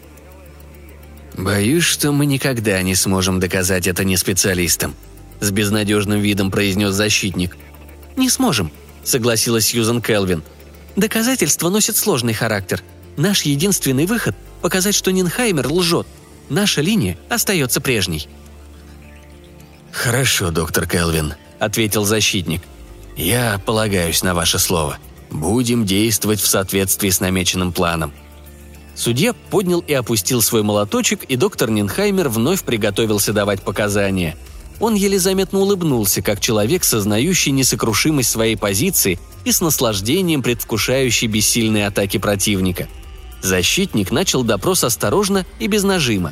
«Боюсь, что мы никогда не сможем доказать это не специалистам», – с безнадежным видом произнес защитник. «Не сможем», – согласилась Сьюзен Келвин. «Доказательства носят сложный характер. Наш единственный выход – показать, что Нинхаймер лжет. Наша линия остается прежней». «Хорошо, доктор Келвин», – ответил защитник. «Я полагаюсь на ваше слово. Будем действовать в соответствии с намеченным планом». Судья поднял и опустил свой молоточек, и доктор Нинхаймер вновь приготовился давать показания. Он еле заметно улыбнулся, как человек, сознающий несокрушимость своей позиции и с наслаждением предвкушающий бессильные атаки противника. Защитник начал допрос осторожно и без нажима.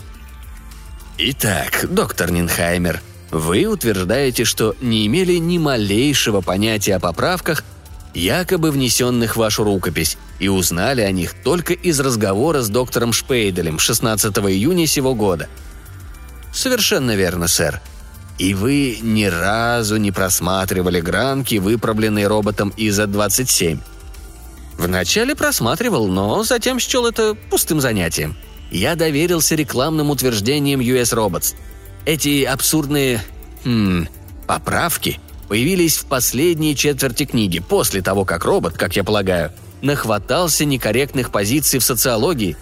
«Итак, доктор Нинхаймер, вы утверждаете, что не имели ни малейшего понятия о поправках, якобы внесенных в вашу рукопись, и узнали о них только из разговора с доктором Шпейделем шестнадцатого июня сего года». «Совершенно верно, сэр. И вы ни разу не просматривали гранки, выправленные роботом И Зет двадцать семь?» «Вначале просматривал, но затем счел это пустым занятием. Я доверился рекламным утверждениям ю эс Robots. Эти абсурдные... Хм, поправки появились в последней четверти книги, после того, как робот, как я полагаю, нахватался некорректных позиций в социологии.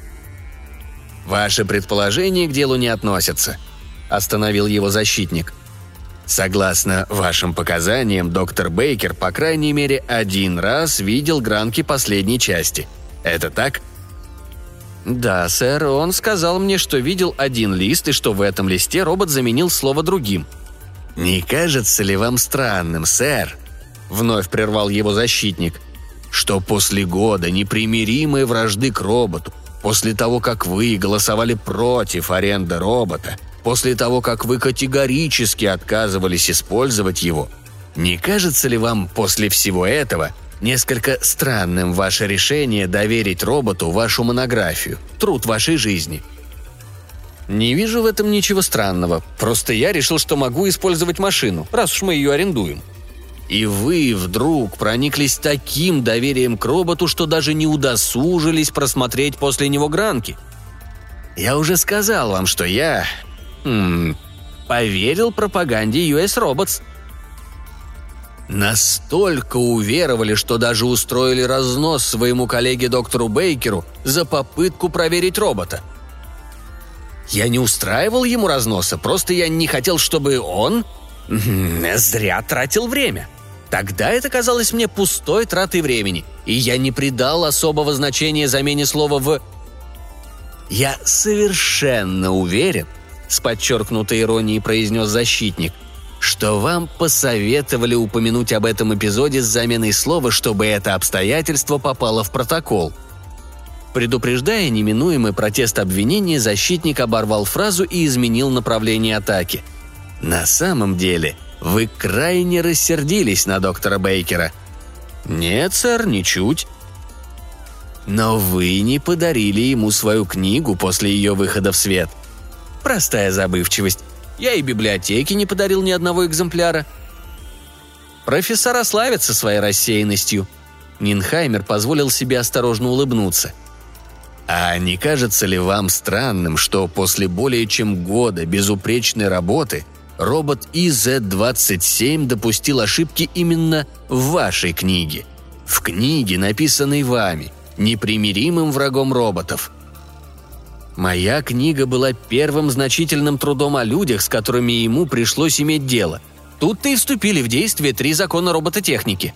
«Ваши предположения к делу не относятся», – остановил его защитник. «Согласно вашим показаниям, доктор Бейкер по крайней мере один раз видел гранки последней части. Это так?» «Да, сэр, он сказал мне, что видел один лист и что в этом листе робот заменил слово другим». «Не кажется ли вам странным, сэр?» – вновь прервал его защитник. «Что после года непримиримой вражды к роботу, после того, как вы голосовали против аренды робота, после того, как вы категорически отказывались использовать его, не кажется ли вам после всего этого несколько странным ваше решение доверить роботу вашу монографию, труд вашей жизни?» «Не вижу в этом ничего странного. Просто я решил, что могу использовать машину, раз уж мы ее арендуем». «И вы вдруг прониклись таким доверием к роботу, что даже не удосужились просмотреть после него гранки? Я уже сказал вам, что я... Хм, поверил пропаганде ю эс Robots. Настолько уверовали, что даже устроили разнос своему коллеге доктору Бейкеру за попытку проверить робота. Я не устраивал ему разноса, просто я не хотел, чтобы он зря тратил время. Тогда это казалось мне пустой тратой времени, и я не придал особого значения замене слова в... Я совершенно уверен, с подчеркнутой иронией произнес защитник, что вам посоветовали упомянуть об этом эпизоде с заменой слова, чтобы это обстоятельство попало в протокол. Предупреждая неминуемый протест обвинения, защитник оборвал фразу и изменил направление атаки. «На самом деле, вы крайне рассердились на доктора Бейкера». «Нет, сэр, ничуть». «Но вы не подарили ему свою книгу после ее выхода в свет». «Простая забывчивость. Я и библиотеке не подарил ни одного экземпляра». Профессора славятся своей рассеянностью. Нинхаймер позволил себе осторожно улыбнуться. «А не кажется ли вам странным, что после более чем года безупречной работы робот И Зет двадцать семь допустил ошибки именно в вашей книге? В книге, написанной вами, непримиримым врагом роботов?» «Моя книга была первым значительным трудом о людях, с которыми ему пришлось иметь дело. Тут-то и вступили в действие три закона робототехники».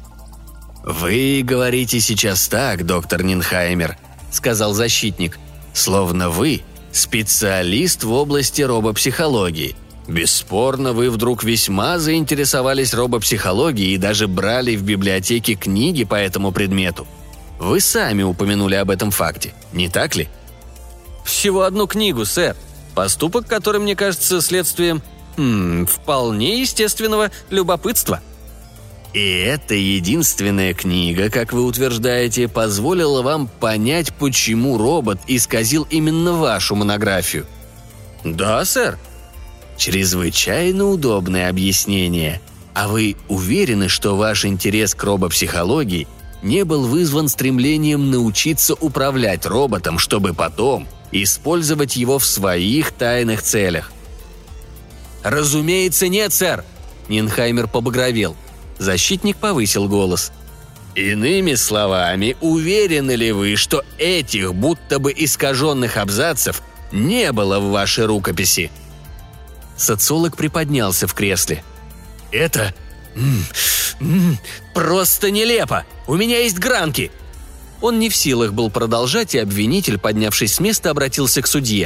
«Вы говорите сейчас так, доктор Нинхаймер», — сказал защитник, «словно вы специалист в области робопсихологии. Бесспорно, вы вдруг весьма заинтересовались робопсихологией и даже брали в библиотеке книги по этому предмету. Вы сами упомянули об этом факте, не так ли?» «Всего одну книгу, сэр. Поступок, который мне кажется следствием хм, вполне естественного любопытства». «И эта единственная книга, как вы утверждаете, позволила вам понять, почему робот исказил именно вашу монографию?» «Да, сэр». «Чрезвычайно удобное объяснение. А вы уверены, что ваш интерес к робопсихологии не был вызван стремлением научиться управлять роботом, чтобы потом использовать его в своих тайных целях?» «Разумеется, нет, сэр!» Нинхаймер побагровел. Защитник повысил голос. «Иными словами, уверены ли вы, что этих будто бы искаженных абзацев не было в вашей рукописи?» Социолог приподнялся в кресле. «Это... М- м- просто нелепо! У меня есть гранки!» Он не в силах был продолжать, и обвинитель, поднявшись с места, обратился к судье.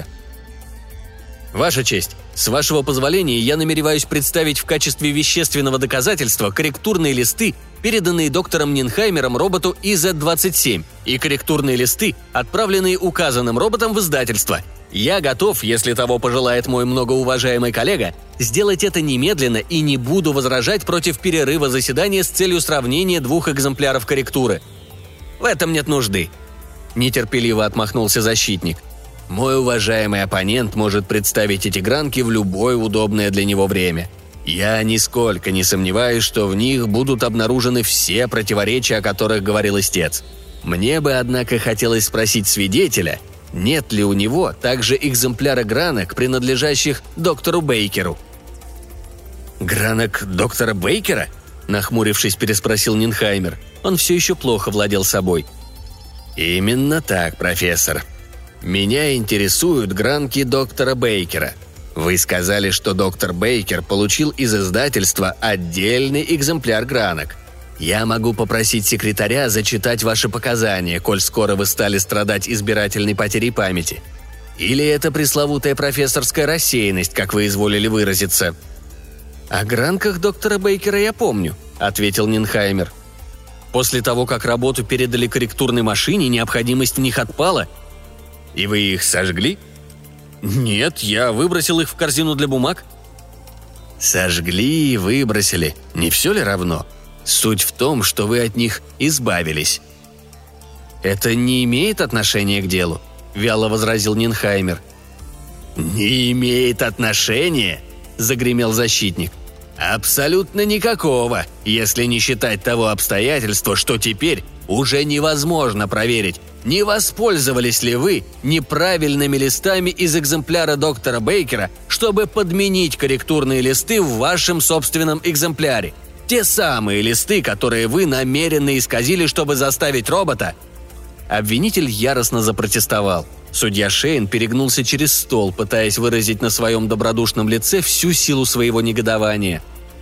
«Ваша честь, с вашего позволения я намереваюсь представить в качестве вещественного доказательства корректурные листы, переданные доктором Нинхаймером роботу И Зет двадцать семь, и корректурные листы, отправленные указанным роботом в издательство. Я готов, если того пожелает мой многоуважаемый коллега, сделать это немедленно и не буду возражать против перерыва заседания с целью сравнения двух экземпляров корректуры». «В этом нет нужды», – нетерпеливо отмахнулся защитник. «Мой уважаемый оппонент может представить эти гранки в любое удобное для него время. Я нисколько не сомневаюсь, что в них будут обнаружены все противоречия, о которых говорил истец. Мне бы, однако, хотелось спросить свидетеля, нет ли у него также экземпляра гранок, принадлежащих доктору Бейкеру?» «Гранок доктора Бейкера?» – нахмурившись, переспросил Нинхаймер. Он все еще плохо владел собой. «Именно так, профессор. Меня интересуют гранки доктора Бейкера. Вы сказали, что доктор Бейкер получил из издательства отдельный экземпляр гранок. Я могу попросить секретаря зачитать ваши показания, коль скоро вы стали страдать избирательной потерей памяти. Или это пресловутая профессорская рассеянность, как вы изволили выразиться?» «О гранках доктора Бейкера я помню», – ответил Нинхаймер. «После того, как работу передали корректурной машине, необходимость в них отпала». «И вы их сожгли?» «Нет, я выбросил их в корзину для бумаг». «Сожгли и выбросили. Не все ли равно? Суть в том, что вы от них избавились». «Это не имеет отношения к делу», – вяло возразил Нинхаймер. «Не имеет отношения?» – загремел защитник. «Абсолютно никакого, если не считать того обстоятельства, что теперь уже невозможно проверить, не воспользовались ли вы неправильными листами из экземпляра доктора Бейкера, чтобы подменить корректурные листы в вашем собственном экземпляре. Те самые листы, которые вы намеренно исказили, чтобы заставить робота». Обвинитель яростно запротестовал. Судья Шейн перегнулся через стол, пытаясь выразить на своем добродушном лице всю силу своего негодования.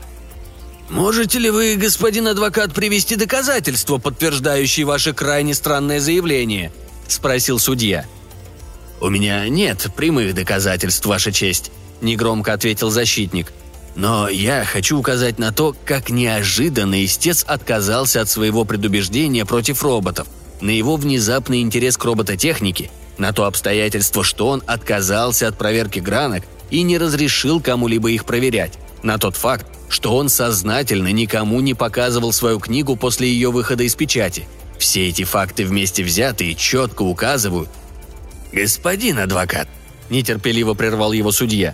«Можете ли вы, господин адвокат, привести доказательства, подтверждающие ваше крайне странное заявление?» – спросил судья. «У меня нет прямых доказательств, Ваша честь», – негромко ответил защитник. «Но я хочу указать на то, как неожиданно истец отказался от своего предубеждения против роботов, на его внезапный интерес к робототехнике, на то обстоятельство, что он отказался от проверки гранок и не разрешил кому-либо их проверять, на тот факт, что он сознательно никому не показывал свою книгу после ее выхода из печати. Все эти факты вместе взятые четко указывают...» «Господин адвокат», – нетерпеливо прервал его судья,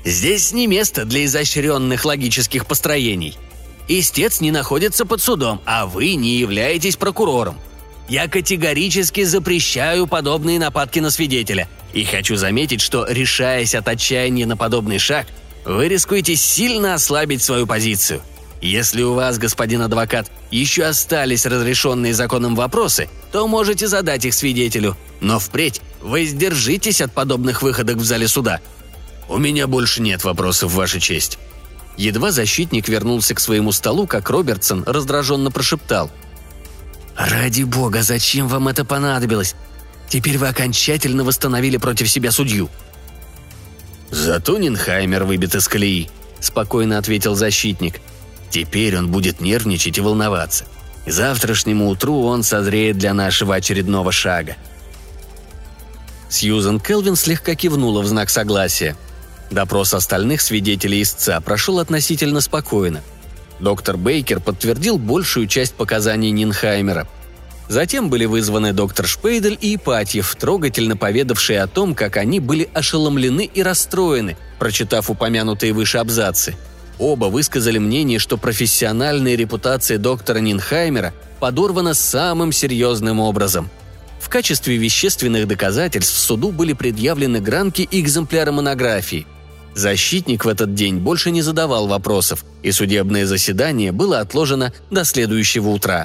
Здесь не место для изощренных логических построений. Истец не находится под судом, а вы не являетесь прокурором. Я категорически запрещаю подобные нападки на свидетеля. И хочу заметить, что, решаясь от отчаяния на подобный шаг, вы рискуете сильно ослабить свою позицию. Если у вас, господин адвокат, еще остались разрешенные законом вопросы, то можете задать их свидетелю, но впредь воздержитесь от подобных выходок в зале суда. У меня больше нет вопросов, Ваша честь». Едва защитник вернулся к своему столу, как Робертсон раздраженно прошептал: «Ради бога, зачем вам это понадобилось? Теперь вы окончательно восстановили против себя судью». «Зато Нинхаймер выбит из колеи», – спокойно ответил защитник. «Теперь он будет нервничать и волноваться. К завтрашнему утру он созреет для нашего очередного шага». Сьюзен Келвин слегка кивнула в знак согласия. Допрос остальных свидетелей истца прошел относительно спокойно. Доктор Бейкер подтвердил большую часть показаний Нинхаймера. Затем были вызваны доктор Шпейдель и Ипатьев, трогательно поведавшие о том, как они были ошеломлены и расстроены, прочитав упомянутые выше абзацы. Оба высказали мнение, что профессиональная репутация доктора Нинхаймера подорвана самым серьезным образом. В качестве вещественных доказательств суду были предъявлены гранки и экземпляры монографии. Защитник в этот день больше не задавал вопросов, и судебное заседание было отложено до следующего утра.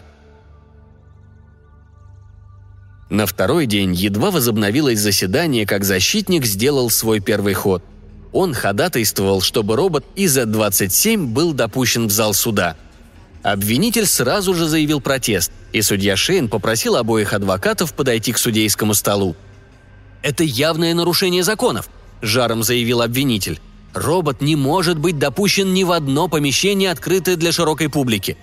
На второй день едва возобновилось заседание, как защитник сделал свой первый ход. Он ходатайствовал, чтобы робот И Зет двадцать семь был допущен в зал суда. Обвинитель сразу же заявил протест, и судья Шейн попросил обоих адвокатов подойти к судейскому столу. «Это явное нарушение законов», – жаром заявил обвинитель. «Робот не может быть допущен ни в одно помещение, открытое для широкой публики».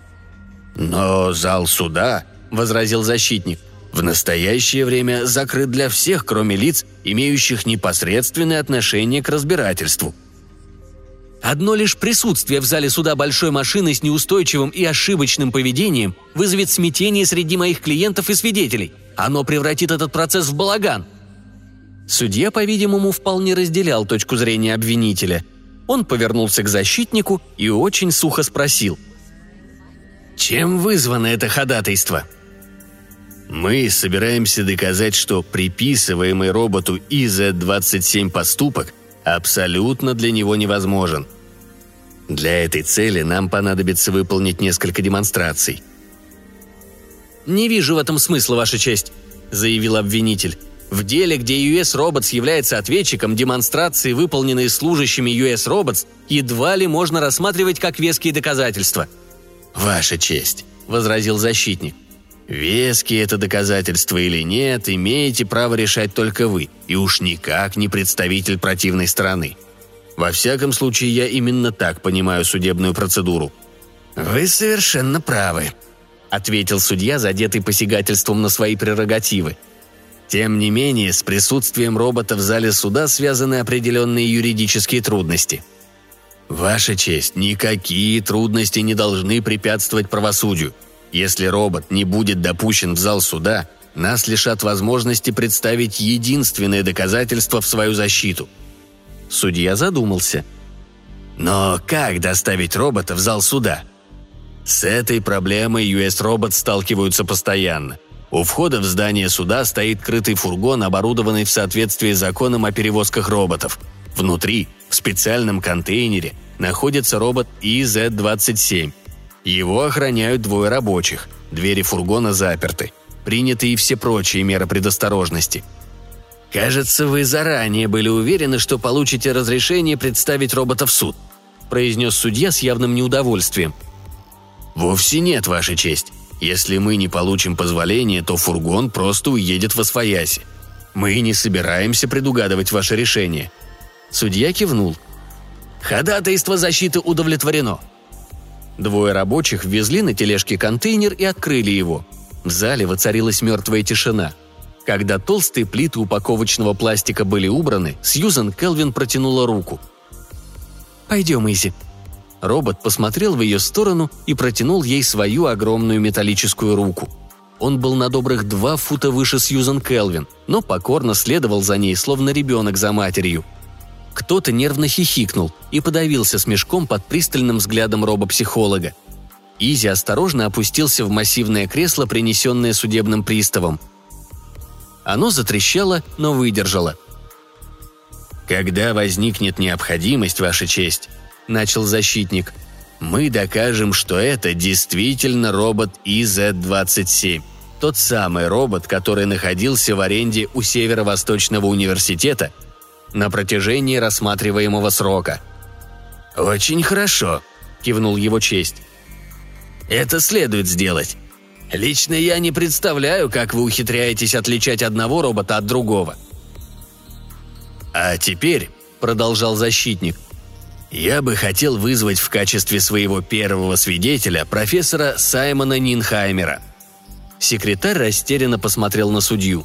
«Но зал суда», – возразил защитник, – «в настоящее время закрыт для всех, кроме лиц, имеющих непосредственное отношение к разбирательству». «Одно лишь присутствие в зале суда большой машины с неустойчивым и ошибочным поведением вызовет смятение среди моих клиентов и свидетелей. Оно превратит этот процесс в балаган». Судья, по-видимому, вполне разделял точку зрения обвинителя. Он повернулся к защитнику и очень сухо спросил: «Чем вызвано это ходатайство?» «Мы собираемся доказать, что приписываемый роботу И Зет двадцать семь поступок абсолютно для него невозможен. Для этой цели нам понадобится выполнить несколько демонстраций». «Не вижу в этом смысла, Ваша честь», – заявил обвинитель. «В деле, где ю эс Robots является ответчиком, демонстрации, выполненные служащими ю эс Robots, едва ли можно рассматривать как веские доказательства». «Ваша честь», – возразил защитник. «Веские это доказательства или нет, имеете право решать только вы, и уж никак не представитель противной стороны. Во всяком случае, я именно так понимаю судебную процедуру». «Вы совершенно правы», – ответил судья, задетый посягательством на свои прерогативы. «Тем не менее, с присутствием робота в зале суда связаны определенные юридические трудности». «Ваша честь, никакие трудности не должны препятствовать правосудию. Если робот не будет допущен в зал суда, нас лишат возможности представить единственное доказательство в свою защиту». Судья задумался. «Но как доставить робота в зал суда?» С этой проблемой ю эс Robots сталкиваются постоянно. У входа в здание суда стоит крытый фургон, оборудованный в соответствии с законом о перевозках роботов. Внутри, в специальном контейнере, находится робот И Зет двадцать семь. Его охраняют двое рабочих, двери фургона заперты. Приняты и все прочие меры предосторожности. «Кажется, вы заранее были уверены, что получите разрешение представить робота в суд», произнес судья с явным неудовольствием. «Вовсе нет, Ваша честь. Если мы не получим позволения, то фургон просто уедет восвояси. Мы не собираемся предугадывать ваше решение». Судья кивнул. «Ходатайство защиты удовлетворено». Двое рабочих ввезли на тележке контейнер и открыли его. В зале воцарилась мертвая тишина. Когда толстые плиты упаковочного пластика были убраны, Сьюзен Келвин протянула руку. «Пойдем, Изи». Робот посмотрел в ее сторону и протянул ей свою огромную металлическую руку. Он был на добрых два фута выше Сьюзен Келвин, но покорно следовал за ней, словно ребенок за матерью. Кто-то нервно хихикнул и подавился смешком под пристальным взглядом робопсихолога. Изи осторожно опустился в массивное кресло, принесенное судебным приставом. Оно затрещало, но выдержало. «Когда возникнет необходимость, Ваша честь», – начал защитник, – «мы докажем, что это действительно робот И Зет двадцать семь. Тот самый робот, который находился в аренде у Северо-Восточного университета на протяжении рассматриваемого срока». «Очень хорошо», – кивнул его честь. «Это следует сделать. Лично я не представляю, как вы ухитряетесь отличать одного робота от другого». «А теперь», – продолжал защитник, – «я бы хотел вызвать в качестве своего первого свидетеля профессора Саймона Нинхаймера». Секретарь растерянно посмотрел на судью.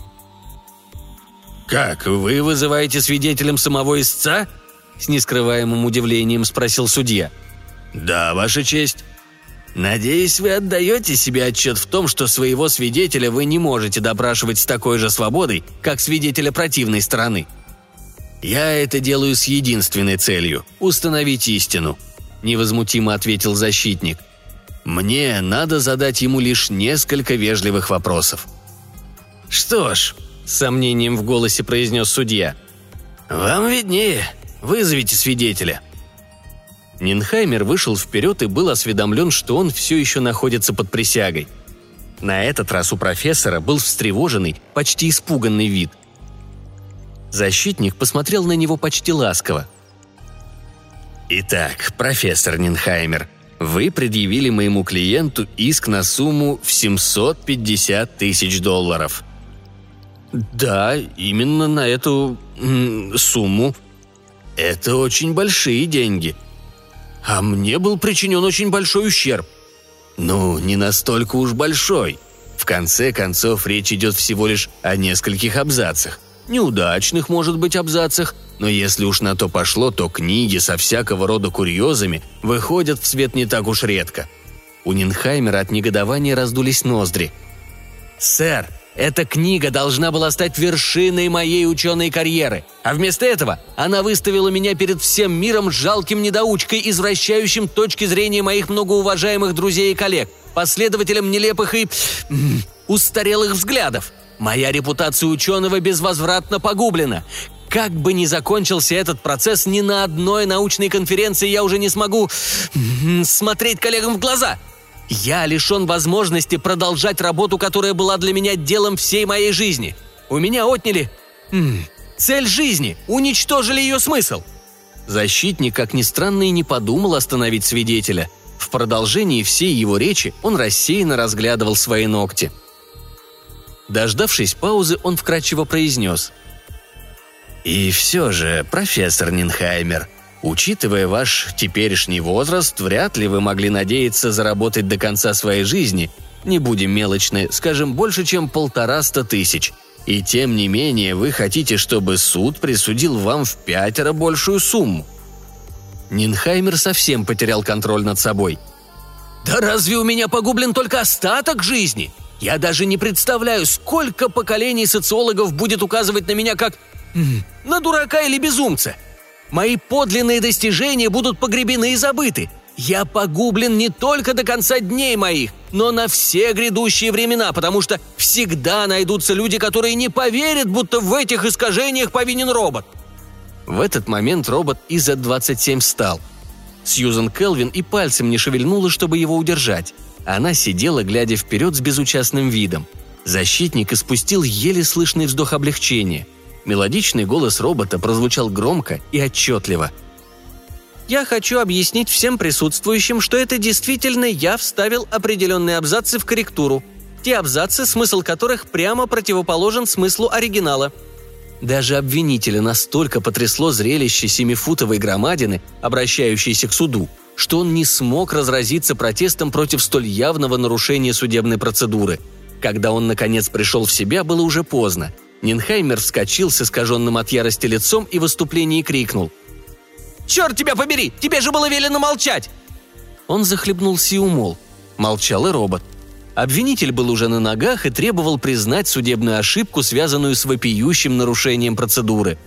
«Как, вы вызываете свидетелем самого истца?» – с нескрываемым удивлением спросил судья. «Да, Ваша честь». «Надеюсь, вы отдаете себе отчет в том, что своего свидетеля вы не можете допрашивать с такой же свободой, как свидетеля противной стороны». «Я это делаю с единственной целью – установить истину», – невозмутимо ответил защитник. «Мне надо задать ему лишь несколько вежливых вопросов». «Что ж», – с сомнением в голосе произнес судья, – «вам виднее. Вызовите свидетеля». Нинхаймер вышел вперед и был осведомлен, что он все еще находится под присягой. На этот раз у профессора был встревоженный, почти испуганный вид. Защитник посмотрел на него почти ласково. «Итак, профессор Нинхаймер, вы предъявили моему клиенту иск на сумму в семьсот пятьдесят тысяч долларов». «Да, именно на эту... м, сумму». «Это очень большие деньги. А мне был причинен очень большой ущерб». «Ну, не настолько уж большой. В конце концов, речь идет всего лишь о нескольких абзацах. Неудачных, может быть, абзацах, но если уж на то пошло, то книги со всякого рода курьезами выходят в свет не так уж редко». У Нинхаймера от негодования раздулись ноздри. «Сэр, эта книга должна была стать вершиной моей ученой карьеры, а вместо этого она выставила меня перед всем миром жалким недоучкой, извращающим точки зрения моих многоуважаемых друзей и коллег, последователем нелепых и... м, устарелых взглядов. Моя репутация ученого безвозвратно погублена. Как бы ни закончился этот процесс, ни на одной научной конференции я уже не смогу м, смотреть коллегам в глаза. Я лишен возможности продолжать работу, которая была для меня делом всей моей жизни. У меня отняли м, цель жизни, уничтожили ее смысл». Защитник, как ни странно, и не подумал остановить свидетеля. В продолжении всей его речи он рассеянно разглядывал свои ногти. Дождавшись паузы, он вкратчиво произнес: «И все же, профессор Нинхаймер, учитывая ваш теперешний возраст, вряд ли вы могли надеяться заработать до конца своей жизни, не будем мелочны, скажем, больше, чем полтораста тысяч. И тем не менее вы хотите, чтобы суд присудил вам в пятеро большую сумму». Нинхаймер совсем потерял контроль над собой. «Да разве у меня погублен только остаток жизни? Я даже не представляю, сколько поколений социологов будет указывать на меня как м, на дурака или безумца. Мои подлинные достижения будут погребены и забыты. Я погублен не только до конца дней моих, но на все грядущие времена, потому что всегда найдутся люди, которые не поверят, будто в этих искажениях повинен робот». В этот момент робот И Зет двадцать семь встал. Сьюзен Келвин и пальцем не шевельнула, чтобы его удержать. Она сидела, глядя вперед с безучастным видом. Защитник испустил еле слышный вздох облегчения. Мелодичный голос робота прозвучал громко и отчетливо. «Я хочу объяснить всем присутствующим, что это действительно я вставил определенные абзацы в корректуру. Те абзацы, смысл которых прямо противоположен смыслу оригинала». Даже обвинителя настолько потрясло зрелище семифутовой громадины, обращающейся к суду, что он не смог разразиться протестом против столь явного нарушения судебной процедуры. Когда он, наконец, пришел в себя, было уже поздно. Нинхаймер вскочил с искаженным от ярости лицом и в выступлении крикнул: «Черт тебя побери! Тебе же было велено молчать!» Он захлебнулся и умолк. Молчал и робот. Обвинитель был уже на ногах и требовал признать судебную ошибку, связанную с вопиющим нарушением процедуры.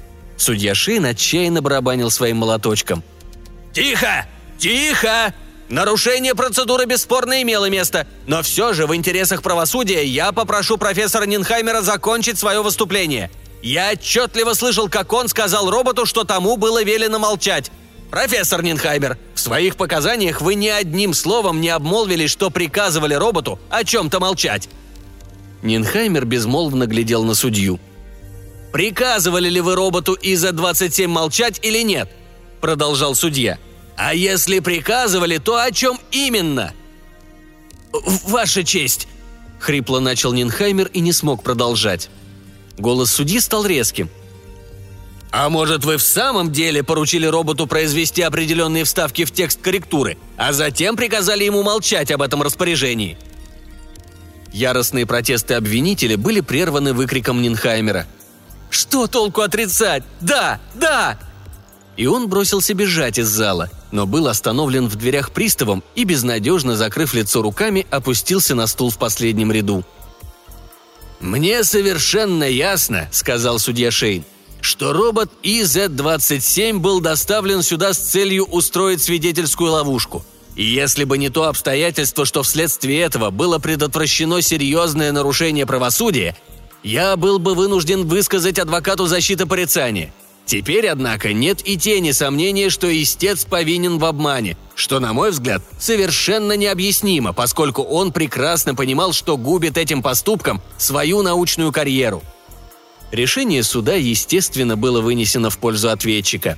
Судья Шейн отчаянно барабанил своим молоточком. «Тихо! Тихо! Нарушение процедуры бесспорно имело место, но все же в интересах правосудия я попрошу профессора Нинхаймера закончить свое выступление. Я отчетливо слышал, как он сказал роботу, что тому было велено молчать. Профессор Нинхаймер, в своих показаниях вы ни одним словом не обмолвились, что приказывали роботу о чем-то молчать». Нинхаймер безмолвно глядел на судью. «Приказывали ли вы роботу из зет двадцать семь молчать или нет?» – продолжал судья. «А если приказывали, то о чем именно?» «Ваша честь!» – хрипло начал Нинхаймер и не смог продолжать. Голос судьи стал резким. «А может, вы в самом деле поручили роботу произвести определенные вставки в текст корректуры, а затем приказали ему молчать об этом распоряжении?» Яростные протесты обвинителя были прерваны выкриком Нинхаймера. «Что толку отрицать? Да! Да!» И он бросился бежать из зала, но был остановлен в дверях приставом и, безнадежно закрыв лицо руками, опустился на стул в последнем ряду. «Мне совершенно ясно, — сказал судья Шейн, — что робот и зет двадцать семь был доставлен сюда с целью устроить свидетельскую ловушку. И если бы не то обстоятельство, что вследствие этого было предотвращено серьезное нарушение правосудия, я был бы вынужден высказать адвокату защиты порицания. Теперь, однако, нет и тени сомнения, что истец повинен в обмане, что, на мой взгляд, совершенно необъяснимо, поскольку он прекрасно понимал, что губит этим поступком свою научную карьеру». Решение суда, естественно, было вынесено в пользу ответчика.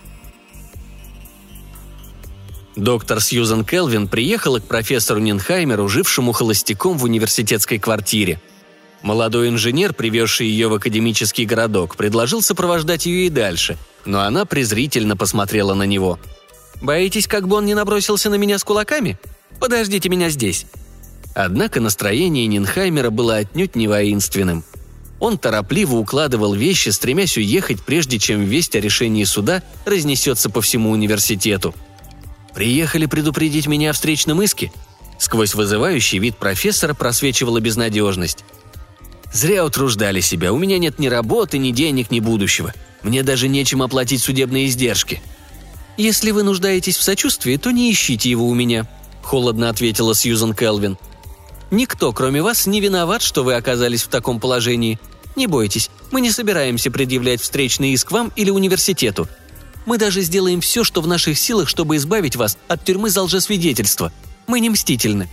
Доктор Сьюзен Келвин приехала к профессору Нинхаймеру, жившему холостяком в университетской квартире. Молодой инженер, привезший ее в академический городок, предложил сопровождать ее и дальше, но она презрительно посмотрела на него. «Боитесь, как бы он не набросился на меня с кулаками? Подождите меня здесь». Однако настроение Нинхаймера было отнюдь не воинственным. Он торопливо укладывал вещи, стремясь уехать, прежде чем весть о решении суда разнесется по всему университету. «Приехали предупредить меня о встречном иске?» Сквозь вызывающий вид профессора просвечивала безнадежность. «Зря утруждали себя, у меня нет ни работы, ни денег, ни будущего. Мне даже нечем оплатить судебные издержки». «Если вы нуждаетесь в сочувствии, то не ищите его у меня», – холодно ответила Сьюзен Келвин. «Никто, кроме вас, не виноват, что вы оказались в таком положении. Не бойтесь, мы не собираемся предъявлять встречный иск вам или университету. Мы даже сделаем все, что в наших силах, чтобы избавить вас от тюрьмы за лжесвидетельство. Мы не мстительны».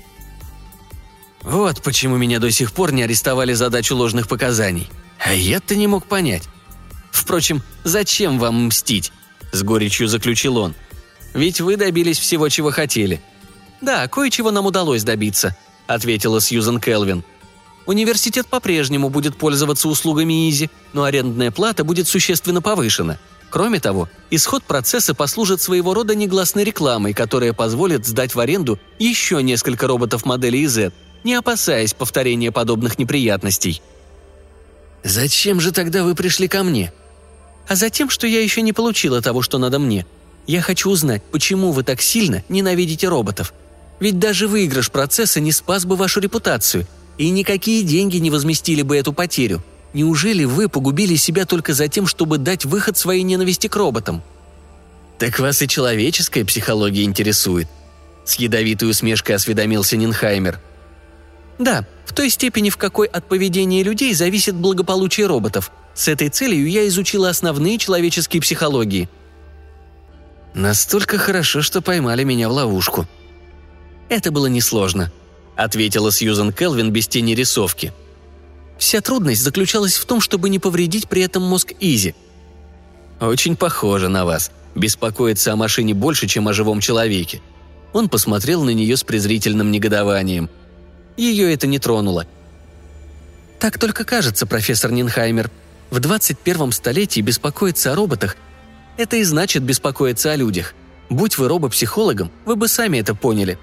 Вот почему меня до сих пор не арестовали за дачу ложных показаний. А я-то не мог понять. Впрочем, зачем вам мстить? С горечью заключил он. Ведь вы добились всего, чего хотели. Да, кое-чего нам удалось добиться, ответила Сьюзен Келвин. Университет по-прежнему будет пользоваться услугами Изи, но арендная плата будет существенно повышена. Кроме того, исход процесса послужит своего рода негласной рекламой, которая позволит сдать в аренду еще несколько роботов модели Z, не опасаясь повторения подобных неприятностей. «Зачем же тогда вы пришли ко мне?» «А затем, что я еще не получила того, что надо мне. Я хочу узнать, почему вы так сильно ненавидите роботов. Ведь даже выигрыш процесса не спас бы вашу репутацию, и никакие деньги не возместили бы эту потерю. Неужели вы погубили себя только за тем, чтобы дать выход своей ненависти к роботам?» «Так вас и человеческая психология интересует», — с ядовитой усмешкой осведомился Нинхаймер. «Да, в той степени, в какой от поведения людей зависит благополучие роботов. С этой целью я изучила основные человеческие психологии». «Настолько хорошо, что поймали меня в ловушку». «Это было несложно», — ответила Сьюзен Келвин без тени рисовки. «Вся трудность заключалась в том, чтобы не повредить при этом мозг Изи». «Очень похоже на вас. Беспокоиться о машине больше, чем о живом человеке». Он посмотрел на нее с презрительным негодованием. Ее это не тронуло. «Так только кажется, профессор Нинхаймер. В двадцать первом столетии беспокоиться о роботах – это и значит беспокоиться о людях. Будь вы робопсихологом, вы бы сами это поняли».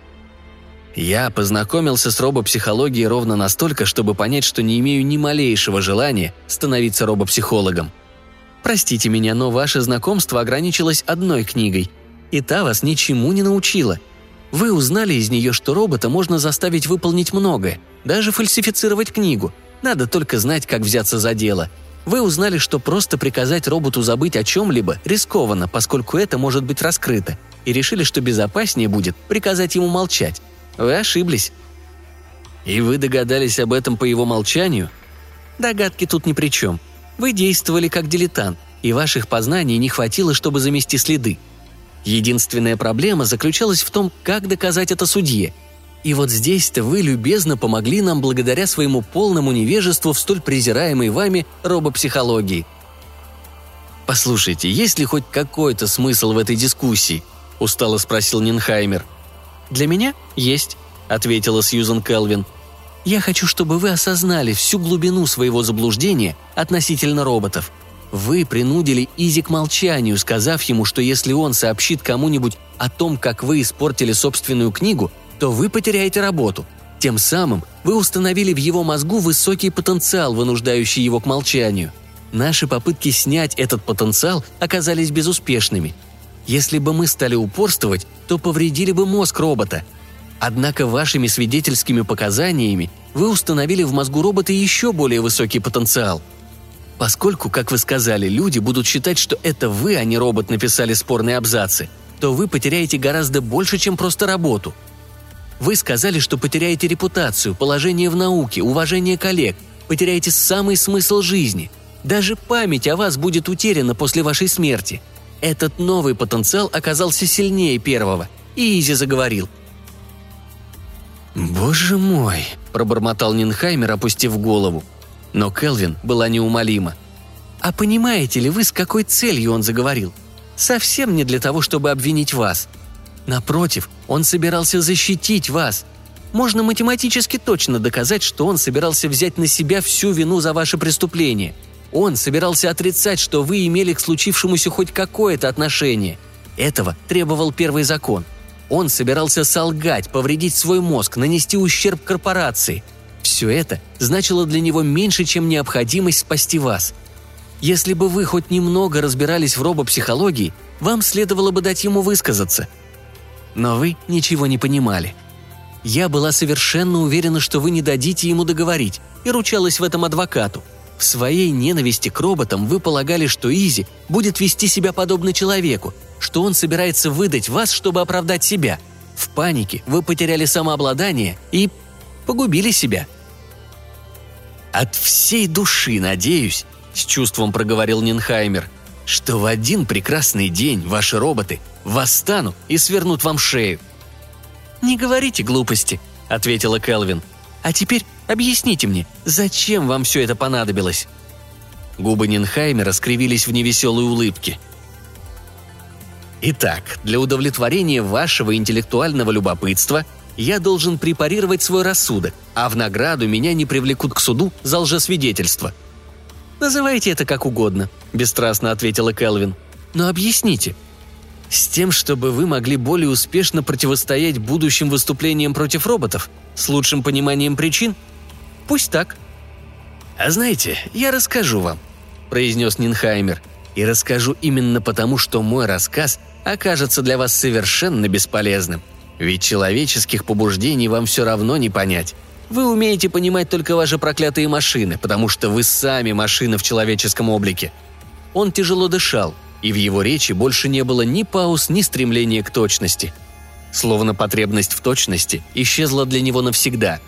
Я познакомился с робопсихологией ровно настолько, чтобы понять, что не имею ни малейшего желания становиться робопсихологом. Простите меня, но ваше знакомство ограничилось одной книгой, и та вас ничему не научила. Вы узнали из нее, что робота можно заставить выполнить многое, даже фальсифицировать книгу. Надо только знать, как взяться за дело. Вы узнали, что просто приказать роботу забыть о чем-либо рискованно, поскольку это может быть раскрыто, и решили, что безопаснее будет приказать ему молчать. Вы ошиблись. И вы догадались об этом по его молчанию? Догадки тут ни при чем. Вы действовали как дилетант, и ваших познаний не хватило, чтобы замести следы. Единственная проблема заключалась в том, как доказать это судье. И вот здесь-то вы любезно помогли нам благодаря своему полному невежеству в столь презираемой вами робопсихологии. «Послушайте, есть ли хоть какой-то смысл в этой дискуссии?» – устало спросил Нинхаймер. «Для меня есть», – ответила Сьюзен Келвин. «Я хочу, чтобы вы осознали всю глубину своего заблуждения относительно роботов. Вы принудили Изи к молчанию, сказав ему, что если он сообщит кому-нибудь о том, как вы испортили собственную книгу, то вы потеряете работу. Тем самым вы установили в его мозгу высокий потенциал, вынуждающий его к молчанию. Наши попытки снять этот потенциал оказались безуспешными. Если бы мы стали упорствовать, то повредили бы мозг робота. Однако вашими свидетельскими показаниями вы установили в мозгу робота еще более высокий потенциал. Поскольку, как вы сказали, люди будут считать, что это вы, а не робот, написали спорные абзацы, то вы потеряете гораздо больше, чем просто работу. Вы сказали, что потеряете репутацию, положение в науке, уважение коллег, потеряете самый смысл жизни. Даже память о вас будет утеряна после вашей смерти. Этот новый потенциал оказался сильнее первого, и Изи заговорил. «Боже мой!» – пробормотал Нинхаймер, опустив голову. Но Келвин была неумолима. «А понимаете ли вы, с какой целью он заговорил? Совсем не для того, чтобы обвинить вас. Напротив, он собирался защитить вас. Можно математически точно доказать, что он собирался взять на себя всю вину за ваше преступление. Он собирался отрицать, что вы имели к случившемуся хоть какое-то отношение. Этого требовал первый закон. Он собирался солгать, повредить свой мозг, нанести ущерб корпорации. Все это значило для него меньше, чем необходимость спасти вас. Если бы вы хоть немного разбирались в робопсихологии, вам следовало бы дать ему высказаться. Но вы ничего не понимали. Я была совершенно уверена, что вы не дадите ему договорить, и ручалась в этом адвокату. В своей ненависти к роботам вы полагали, что Изи будет вести себя подобно человеку, что он собирается выдать вас, чтобы оправдать себя. В панике вы потеряли самообладание и погубили себя. «От всей души надеюсь», – с чувством проговорил Нинхаймер, «что в один прекрасный день ваши роботы восстанут и свернут вам шею». «Не говорите глупости», – ответила Келвин. «А теперь объясните мне, зачем вам все это понадобилось?» Губы Нинхаймера скривились в невеселой улыбке. «Итак, для удовлетворения вашего интеллектуального любопытства я должен препарировать свой рассудок, а в награду меня не привлекут к суду за лжесвидетельство». «Называйте это как угодно», – бесстрастно ответила Келвин. «Но объясните». «С тем, чтобы вы могли более успешно противостоять будущим выступлениям против роботов, с лучшим пониманием причин?» «Пусть так». «А знаете, я расскажу вам», – произнес Нинхаймер. «И расскажу именно потому, что мой рассказ окажется для вас совершенно бесполезным. Ведь человеческих побуждений вам все равно не понять. Вы умеете понимать только ваши проклятые машины, потому что вы сами машина в человеческом облике». Он тяжело дышал, и в его речи больше не было ни пауз, ни стремления к точности. Словно потребность в точности исчезла для него навсегда.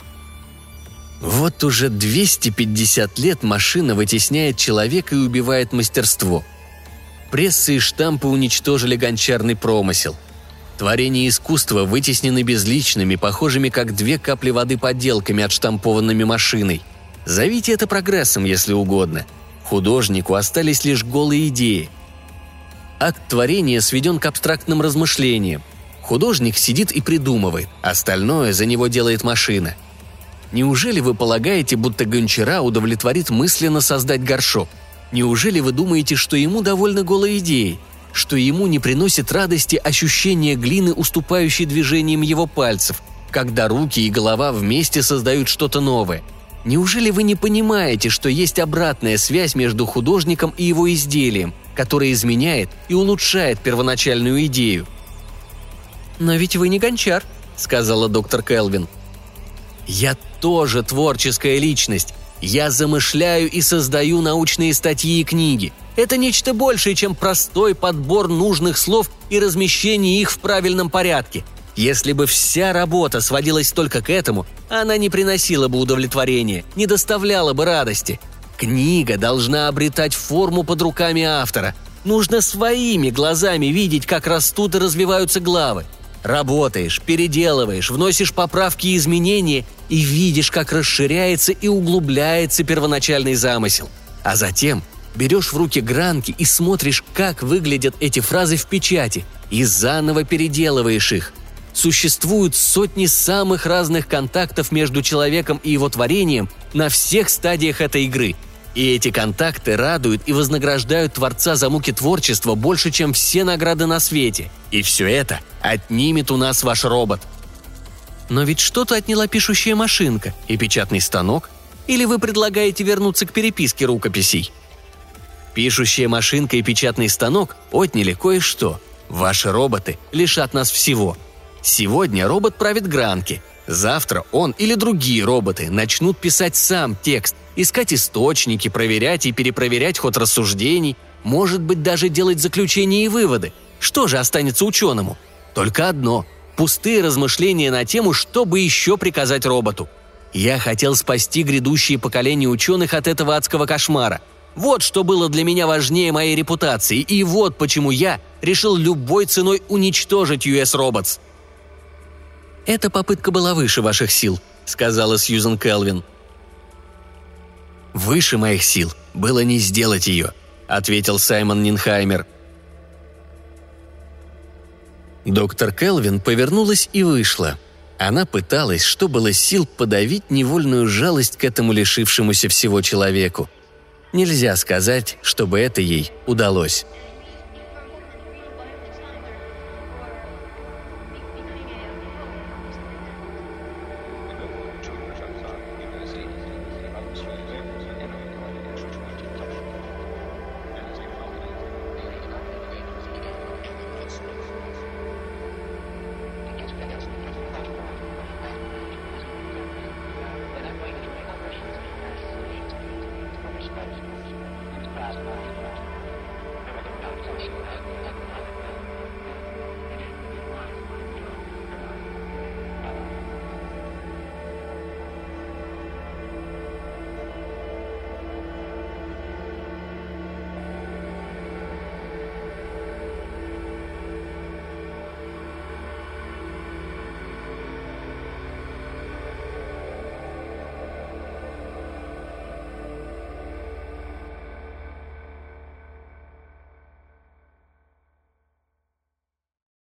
Вот уже двести пятьдесят лет машина вытесняет человека и убивает мастерство. Пресса и штампы уничтожили гончарный промысел. Творения искусства вытеснены безличными, похожими как две капли воды подделками, отштампованными машиной. Зовите это прогрессом, если угодно. Художнику остались лишь голые идеи. Акт творения сведен к абстрактным размышлениям. Художник сидит и придумывает, остальное за него делает машина. Неужели вы полагаете, будто гончара удовлетворит мысленно создать горшок? Неужели вы думаете, что ему довольно голой идеей? Что ему не приносит радости ощущение глины, уступающей движениям его пальцев, когда руки и голова вместе создают что-то новое? Неужели вы не понимаете, что есть обратная связь между художником и его изделием, которая изменяет и улучшает первоначальную идею? «Но ведь вы не гончар», — сказала доктор Келвин. «Я тоже творческая личность, Я замышляю и создаю научные статьи и книги. Это нечто большее, чем простой подбор нужных слов и размещение их в правильном порядке. Если бы вся работа сводилась только к этому, она не приносила бы удовлетворения, не доставляла бы радости. Книга должна обретать форму под руками автора. Нужно своими глазами видеть, как растут и развиваются главы. Работаешь, переделываешь, вносишь поправки и изменения и видишь, как расширяется и углубляется первоначальный замысел. А затем берешь в руки гранки и смотришь, как выглядят эти фразы в печати, и заново переделываешь их. Существуют сотни самых разных контактов между человеком и его творением на всех стадиях этой игры. И эти контакты радуют и вознаграждают Творца за муки творчества больше, чем все награды на свете. И все это отнимет у нас ваш робот. Но ведь что-то отняла пишущая машинка и печатный станок. Или вы предлагаете вернуться к переписке рукописей? Пишущая машинка и печатный станок отняли кое-что. Ваши роботы лишат нас всего. Сегодня робот правит гранки. Завтра он или другие роботы начнут писать сам текст, искать источники, проверять и перепроверять ход рассуждений, может быть, даже делать заключения и выводы. Что же останется ученому? Только одно – пустые размышления на тему, что бы еще приказать роботу. Я хотел спасти грядущие поколения ученых от этого адского кошмара. Вот что было для меня важнее моей репутации, и вот почему я решил любой ценой уничтожить ю эс Robots. «Эта попытка была выше ваших сил», — сказала Сьюзен Келвин. «Выше моих сил было не сделать ее», — ответил Саймон Нинхаймер. Доктор Келвин повернулась и вышла. Она пыталась, что было сил, подавить невольную жалость к этому лишившемуся всего человеку. Нельзя сказать, чтобы это ей удалось.